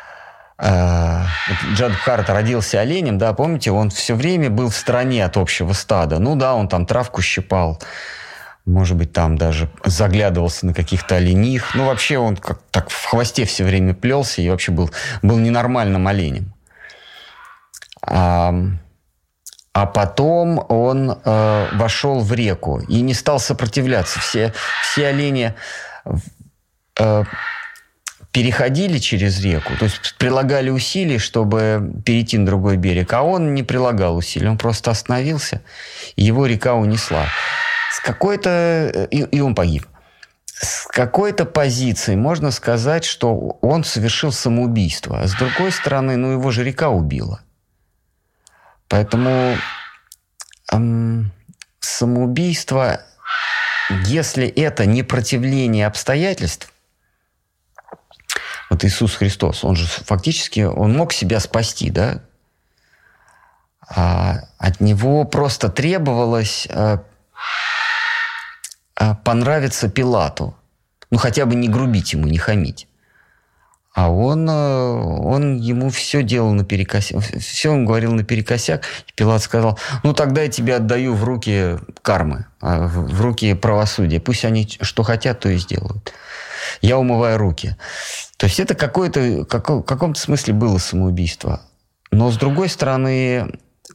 Джада Бхарата родился оленем, да, помните, он все время был в стороне от общего стада. Ну да, он там травку щипал, может быть, там даже заглядывался на каких-то олених. Ну, вообще он как так в хвосте все время плелся и вообще был ненормальным оленем. А потом он вошел в реку и не стал сопротивляться. Все олени переходили через реку, то есть прилагали усилия, чтобы перейти на другой берег, а он не прилагал усилий, он просто остановился, и его река унесла. И он погиб. С какой-то позиции можно сказать, что он совершил самоубийство, а с другой стороны, его же река убила. Поэтому самоубийство, если это не противление обстоятельств, вот Иисус Христос, он же фактически, он мог себя спасти, да? От него просто требовалось понравиться Пилату. Ну, хотя бы не грубить ему, не хамить. А он ему все делал наперекосяк, все он говорил наперекосяк. И Пилат сказал, тогда я тебя отдаю в руки кармы, в руки правосудия. Пусть они что хотят, то и сделают. Я умываю руки. То есть это в каком-то смысле было самоубийство. Но, с другой стороны,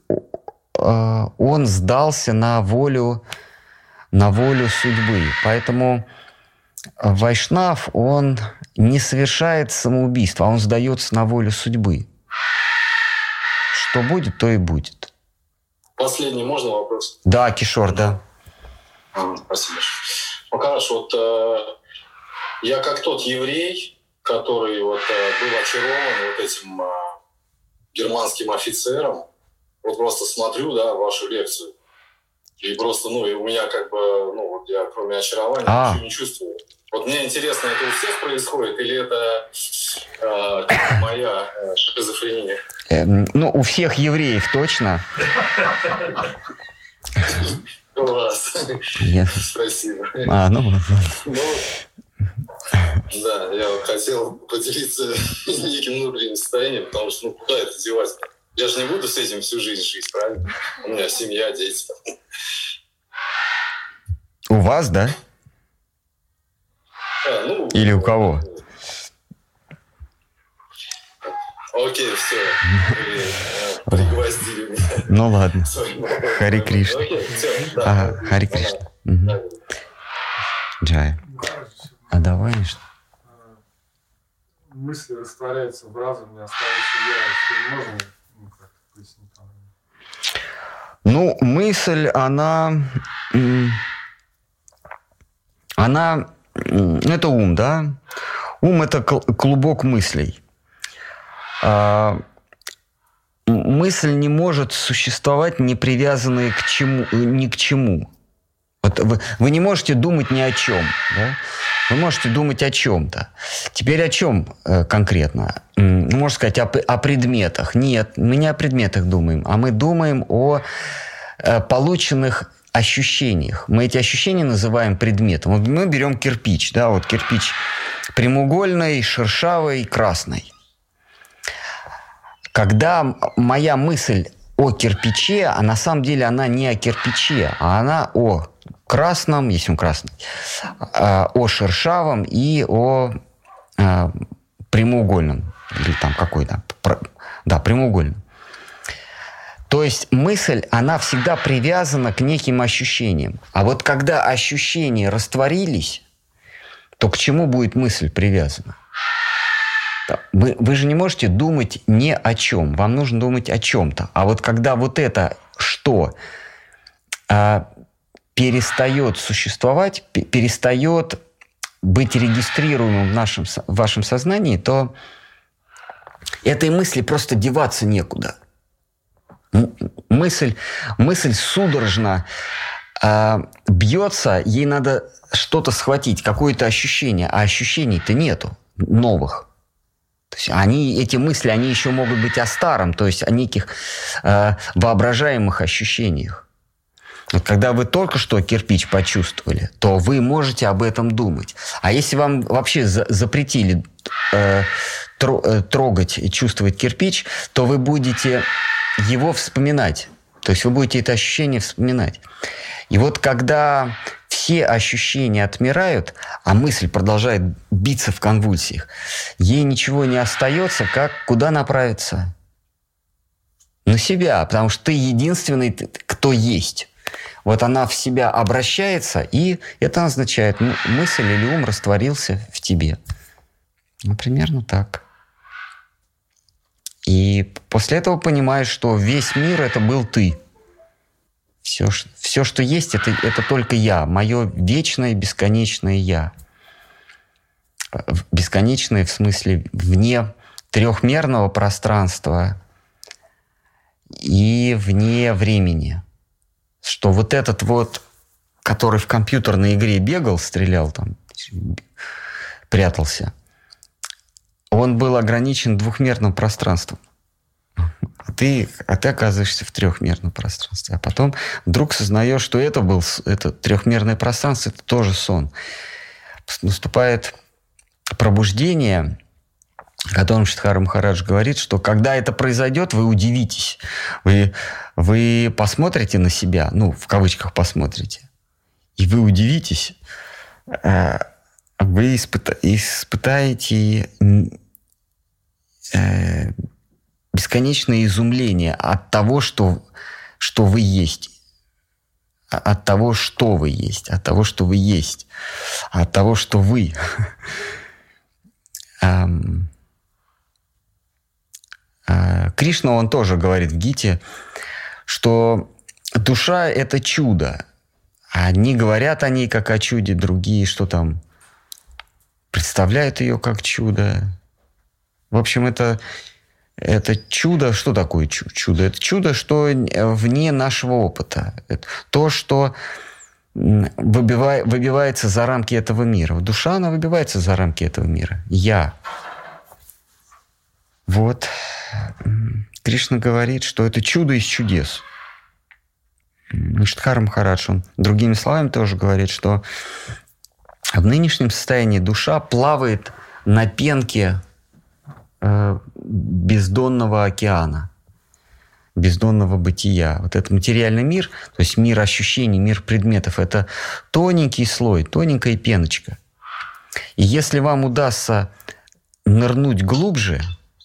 он сдался на волю судьбы. Поэтому вайшнав, он не совершает самоубийство, а он сдается на волю судьбы. Что будет, то и будет. Последний можно вопрос? Да, Кишор, да. Спасибо. Хорошо, я как тот еврей, который был очарован этим германским офицером, просто смотрю, да, вашу лекцию, и просто, и у меня я кроме очарования ничего не чувствую. Вот мне интересно, это у всех происходит, или это моя шизофрения? У всех евреев точно. Класс. Спасибо. Да, я хотел поделиться неким внутренним состоянием, потому что, куда это девать? Я же не буду с этим всю жизнь жить, правильно? У меня семья, дети. У вас, да? Или у кого? Окей, все. Пригвоздили меня. Ну ладно. Хари Кришна. Хари Кришна. Джай. А давай что? Мысли растворяются в разуме, остается я. Что можно как-то пояснить? Мысль, она это ум, да? Ум – это клубок мыслей. Мысль не может существовать, не привязанная ни к чему. Вот вы не можете думать ни о чем, да? Вы можете думать о чем-то. Теперь о чем конкретно? Можно сказать о предметах. Нет, мы не о предметах думаем, а мы думаем о полученных ощущениях. Мы эти ощущения называем предметом. Вот мы берем кирпич, да, вот кирпич прямоугольный, шершавый, красный. Когда моя мысль о кирпиче, а на самом деле она не о кирпиче, а она о красном, если он красный, о шершавом и о прямоугольном. Или там какой-то. Да, прямоугольном. То есть мысль, она всегда привязана к неким ощущениям. А вот когда ощущения растворились, то к чему будет мысль привязана? Вы же не можете думать ни о чем. Вам нужно думать о чем-то. А вот когда вот это что перестает существовать, перестает быть регистрируемым в вашем сознании, то этой мысли просто деваться некуда. Мысль судорожно бьется, ей надо что-то схватить, какое-то ощущение, а ощущений-то нету новых. То есть эти мысли, они еще могут быть о старом, то есть о неких воображаемых ощущениях. Вот когда вы только что кирпич почувствовали, то вы можете об этом думать. А если вам вообще запретили трогать и чувствовать кирпич, то вы будете его вспоминать. То есть вы будете это ощущение вспоминать. И вот когда все ощущения отмирают, а мысль продолжает биться в конвульсиях, ей ничего не остается, как куда направиться? На себя, потому что ты единственный, кто есть. Вот она в себя обращается, и это означает, мысль или ум растворился в тебе. Ну, примерно так. И после этого понимаешь, что весь мир — это был ты. Все, что есть, это только я. Мое вечное, бесконечное я. Бесконечное в смысле вне трехмерного пространства и вне времени. Что вот этот вот, который в компьютерной игре бегал, стрелял там, прятался, он был ограничен двухмерным пространством. А ты оказываешься в трехмерном пространстве. А потом вдруг сознаешь, что это трехмерное пространство, это тоже сон. Наступает пробуждение, о котором Шридхар Махарадж говорит, что когда это произойдет, вы удивитесь. Вы посмотрите на себя, в кавычках посмотрите, и вы удивитесь. Вы испытаете бесконечное изумление от того, что вы есть. От того, что вы есть. От того, что вы есть. От того, что вы. Кришна, он тоже говорит в Гите, что душа — это чудо. Одни говорят о ней как о чуде, другие что там представляют ее как чудо. В общем, это чудо. Что такое чудо? Это чудо, что вне нашего опыта. Это то, что выбивается за рамки этого мира. Душа, она выбивается за рамки этого мира. Я. Вот. Кришна говорит, что это чудо из чудес. Шридхар Махарадж, он другими словами тоже говорит, что в нынешнем состоянии душа плавает на пенке бездонного океана, бездонного бытия. Вот этот материальный мир, то есть мир ощущений, мир предметов, это тоненький слой, тоненькая пеночка. И если вам удастся нырнуть глубже,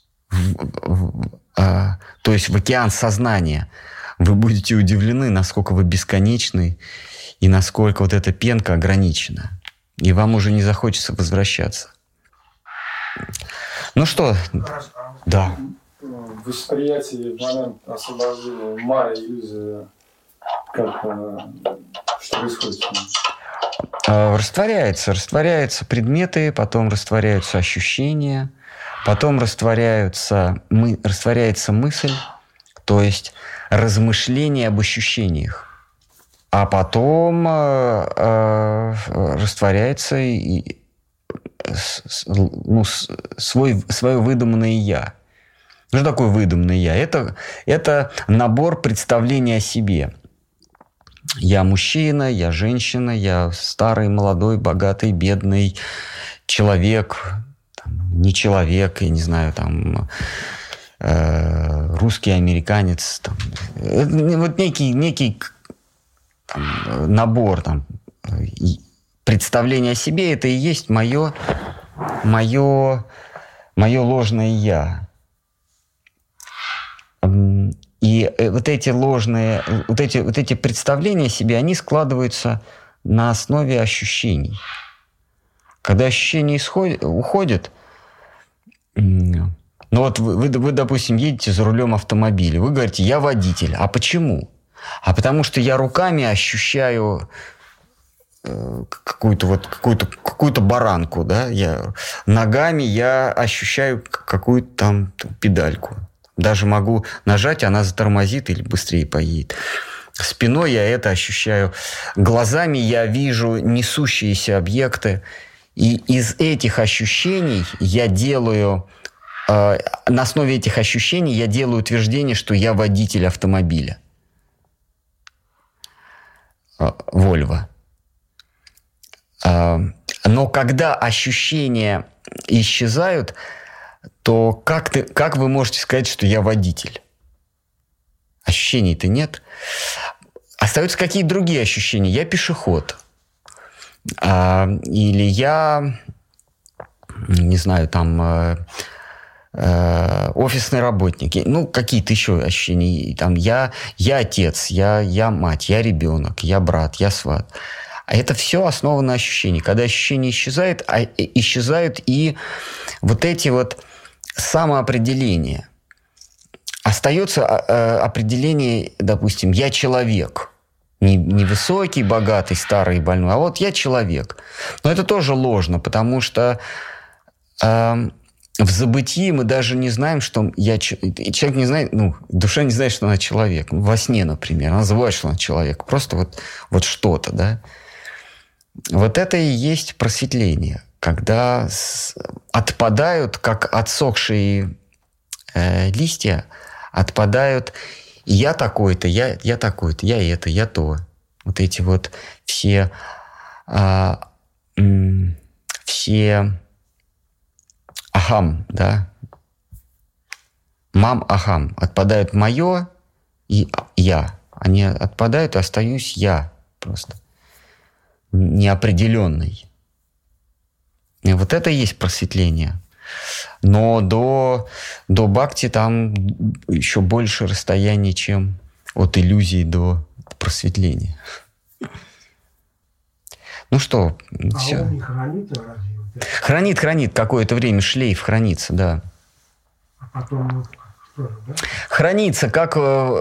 то есть в океан сознания, вы будете удивлены, насколько вы бесконечны и насколько вот эта пенка ограничена. И вам уже не захочется возвращаться. Ну что? Да. В восприятии в момент освобождения майя, иллюзия, что происходит? Растворяются предметы, потом растворяются ощущения, потом растворяется мысль, то есть размышление об ощущениях. А потом растворяется свое выдуманное «я». Что такое выдуманное «я»? Это набор представлений о себе. Я мужчина, я женщина, я старый, молодой, богатый, бедный, человек, не человек, я не знаю, русский, американец. Вот некий набор представление о себе, это и есть мое ложное «я». И И вот эти ложные, вот эти представления о себе, они складываются на основе ощущений. Когда ощущения уходят, ну вот вы, допустим, едете за рулем автомобиля, вы говорите, я водитель. А почему? А потому что я руками ощущаю какую-то баранку, да? Ногами я ощущаю какую-то там педальку. Даже могу нажать, она затормозит или быстрее поедет. Спиной я это ощущаю. Глазами я вижу несущиеся объекты. И из этих ощущений я делаю... на основе этих ощущений я делаю утверждение, что я водитель автомобиля. Volvo. Но когда ощущения исчезают, то как вы можете сказать, что я водитель? Ощущений-то нет. Остаются какие-то другие ощущения. Я пешеход. Или я, не знаю, там... офисные работники, ну, какие-то еще ощущения. Там, я отец, я мать, я ребенок, я брат, я сват. А это все основано на ощущении. Когда ощущения исчезают, исчезают и вот эти вот самоопределения. Остается определение, допустим, я человек. Не высокий, богатый, старый, больной, а вот я человек. Но это тоже ложно, потому что... в забытии мы даже не знаем, что человек не знает, душа не знает, что она человек. Во сне, например, она забывает, что она человек. Просто вот что-то, да. Вот это и есть просветление, когда отпадают, как отсохшие листья, отпадают я такой-то, я такой-то, я это, я то. Вот эти вот все ахам, да. Мам, ахам. Отпадают мое и я. Они отпадают, и остаюсь я просто. Неопределенный. И вот это и есть просветление. Но до бхакти там еще больше расстояние, чем от иллюзии до просветления. Ну что, все. Он не хранит разве? Хранит какое-то время, шлейф хранится, да. А потом что же, да? Хранится, как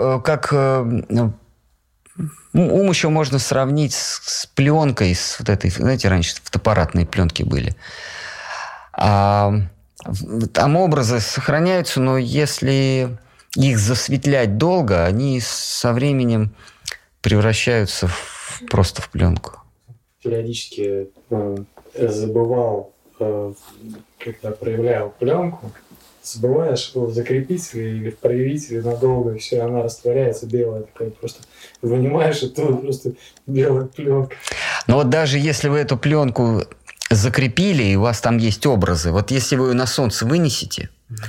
ум еще можно сравнить с пленкой, с вот этой, знаете, раньше фотоаппаратные пленки были. Там образы сохраняются, но если их засветлять долго, они со временем превращаются просто в пленку. Периодически забывал, когда проявлял пленку, забываешь его в закрепителе или в проявителе надолго, и все, она растворяется, белая такая, просто вынимаешь, и тут просто белая пленка. Но вот даже если вы эту пленку закрепили, и у вас там есть образы, вот если вы ее на солнце вынесете,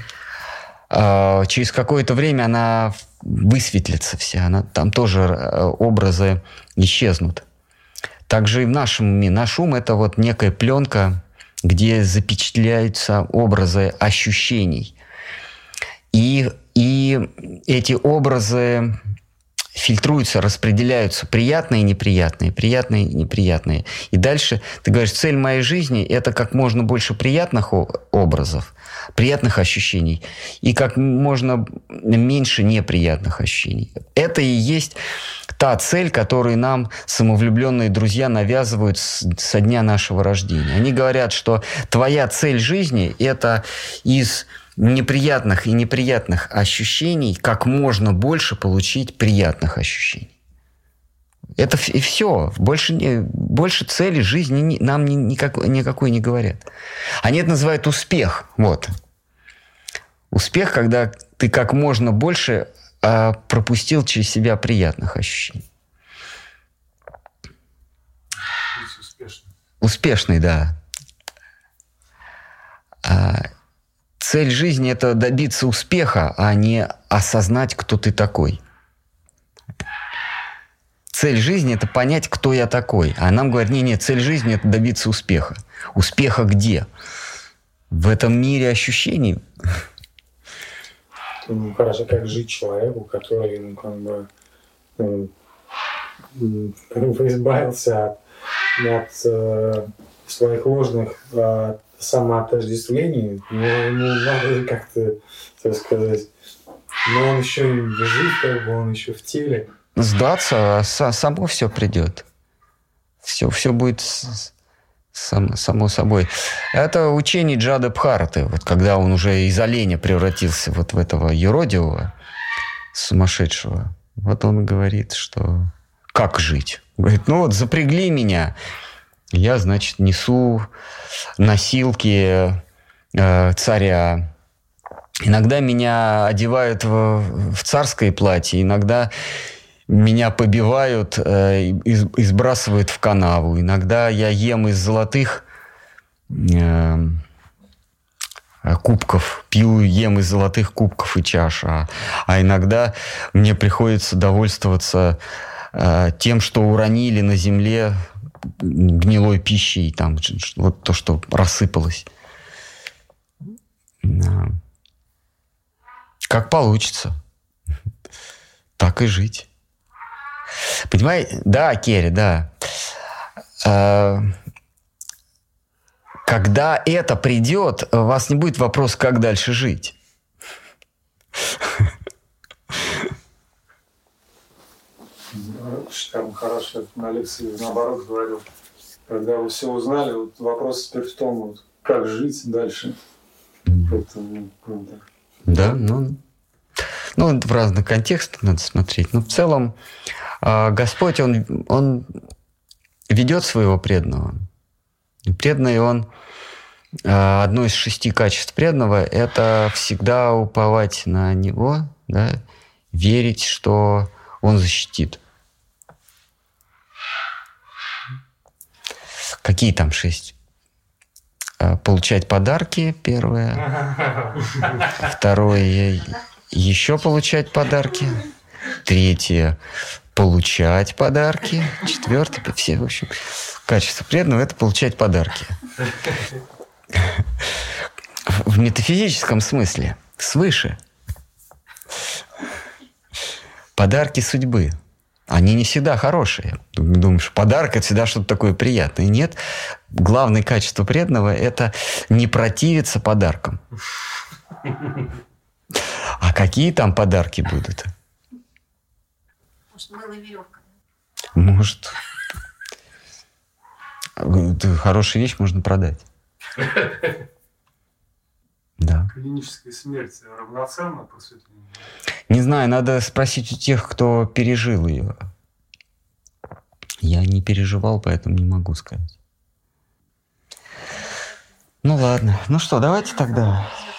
через какое-то время она высветлится вся, там тоже образы исчезнут. Также и в нашем уме. Наш ум – это вот некая пленка, где запечатляются образы ощущений. И эти образы фильтруются, распределяются, приятные и неприятные, приятные и неприятные. И дальше ты говоришь, цель моей жизни – это как можно больше приятных образов, приятных ощущений, и как можно меньше неприятных ощущений. Это и есть та цель, которую нам самовлюбленные друзья навязывают со дня нашего рождения. Они говорят, что твоя цель жизни – это из неприятных и неприятных ощущений как можно больше получить приятных ощущений. Это и все. Больше цели жизни нам никакой не говорят. Они это называют успех. Вот. Успех, когда ты как можно больше пропустил через себя приятных ощущений. Успешный, да. Цель жизни – это добиться успеха, а не осознать, кто ты такой. Цель жизни – это понять, кто я такой. А нам говорят, нет, цель жизни – это добиться успеха. Успеха где? В этом мире ощущений. хорошо, как жить человеку, который, ну, как бы, избавился от своих ложных самоотождествлений, но ему надо как-то, так сказать, но он еще не жив, как бы он еще в теле. Сдаться, само все придет. Все будет само собой. Это учение Джада Бхараты, вот когда он уже из оленя превратился вот в этого юродивого, сумасшедшего. Вот он говорит, что как жить? Говорит, ну вот запрягли меня, я, значит, несу носилки царя. Иногда меня одевают в царское платье, иногда меня побивают и сбрасывают в канаву. Иногда я ем из золотых кубков, ем из золотых кубков и чаш. А иногда мне приходится довольствоваться тем, что уронили на земле гнилой пищей, там, вот то, что рассыпалось. Как получится, так и жить. Понимаете? Да, Керри, да. Когда это придет, у вас не будет вопроса, как дальше жить. Там хорошо на лекции наоборот говорил. Когда вы все узнали, вот вопрос теперь в том, вот, как жить дальше. Поэтому, да, ну, в разных контекстах надо смотреть. Но в целом Господь, Он ведет своего преданного. И преданный Он, одно из 6 качеств преданного, это всегда уповать на Него, да, верить, что Он защитит. Какие там 6? Получать подарки, первое. Второе, еще получать подарки. Третье, получать подарки. Четвертое, все, в общем, качество преданного – это получать подарки. В метафизическом смысле, свыше. Подарки судьбы. Они не всегда хорошие. Думаешь, подарок – это всегда что-то такое приятное. Нет. Главное качество преданного – это не противиться подаркам. А какие там подарки будут? Может, мыло и веревка. Может. Хорошую вещь можно продать. Да. Клиническая смерть равноценна просветлению? Не знаю, надо спросить у тех, кто пережил ее. Я не переживал, поэтому не могу сказать. Ну ладно. Ну что, давайте тогда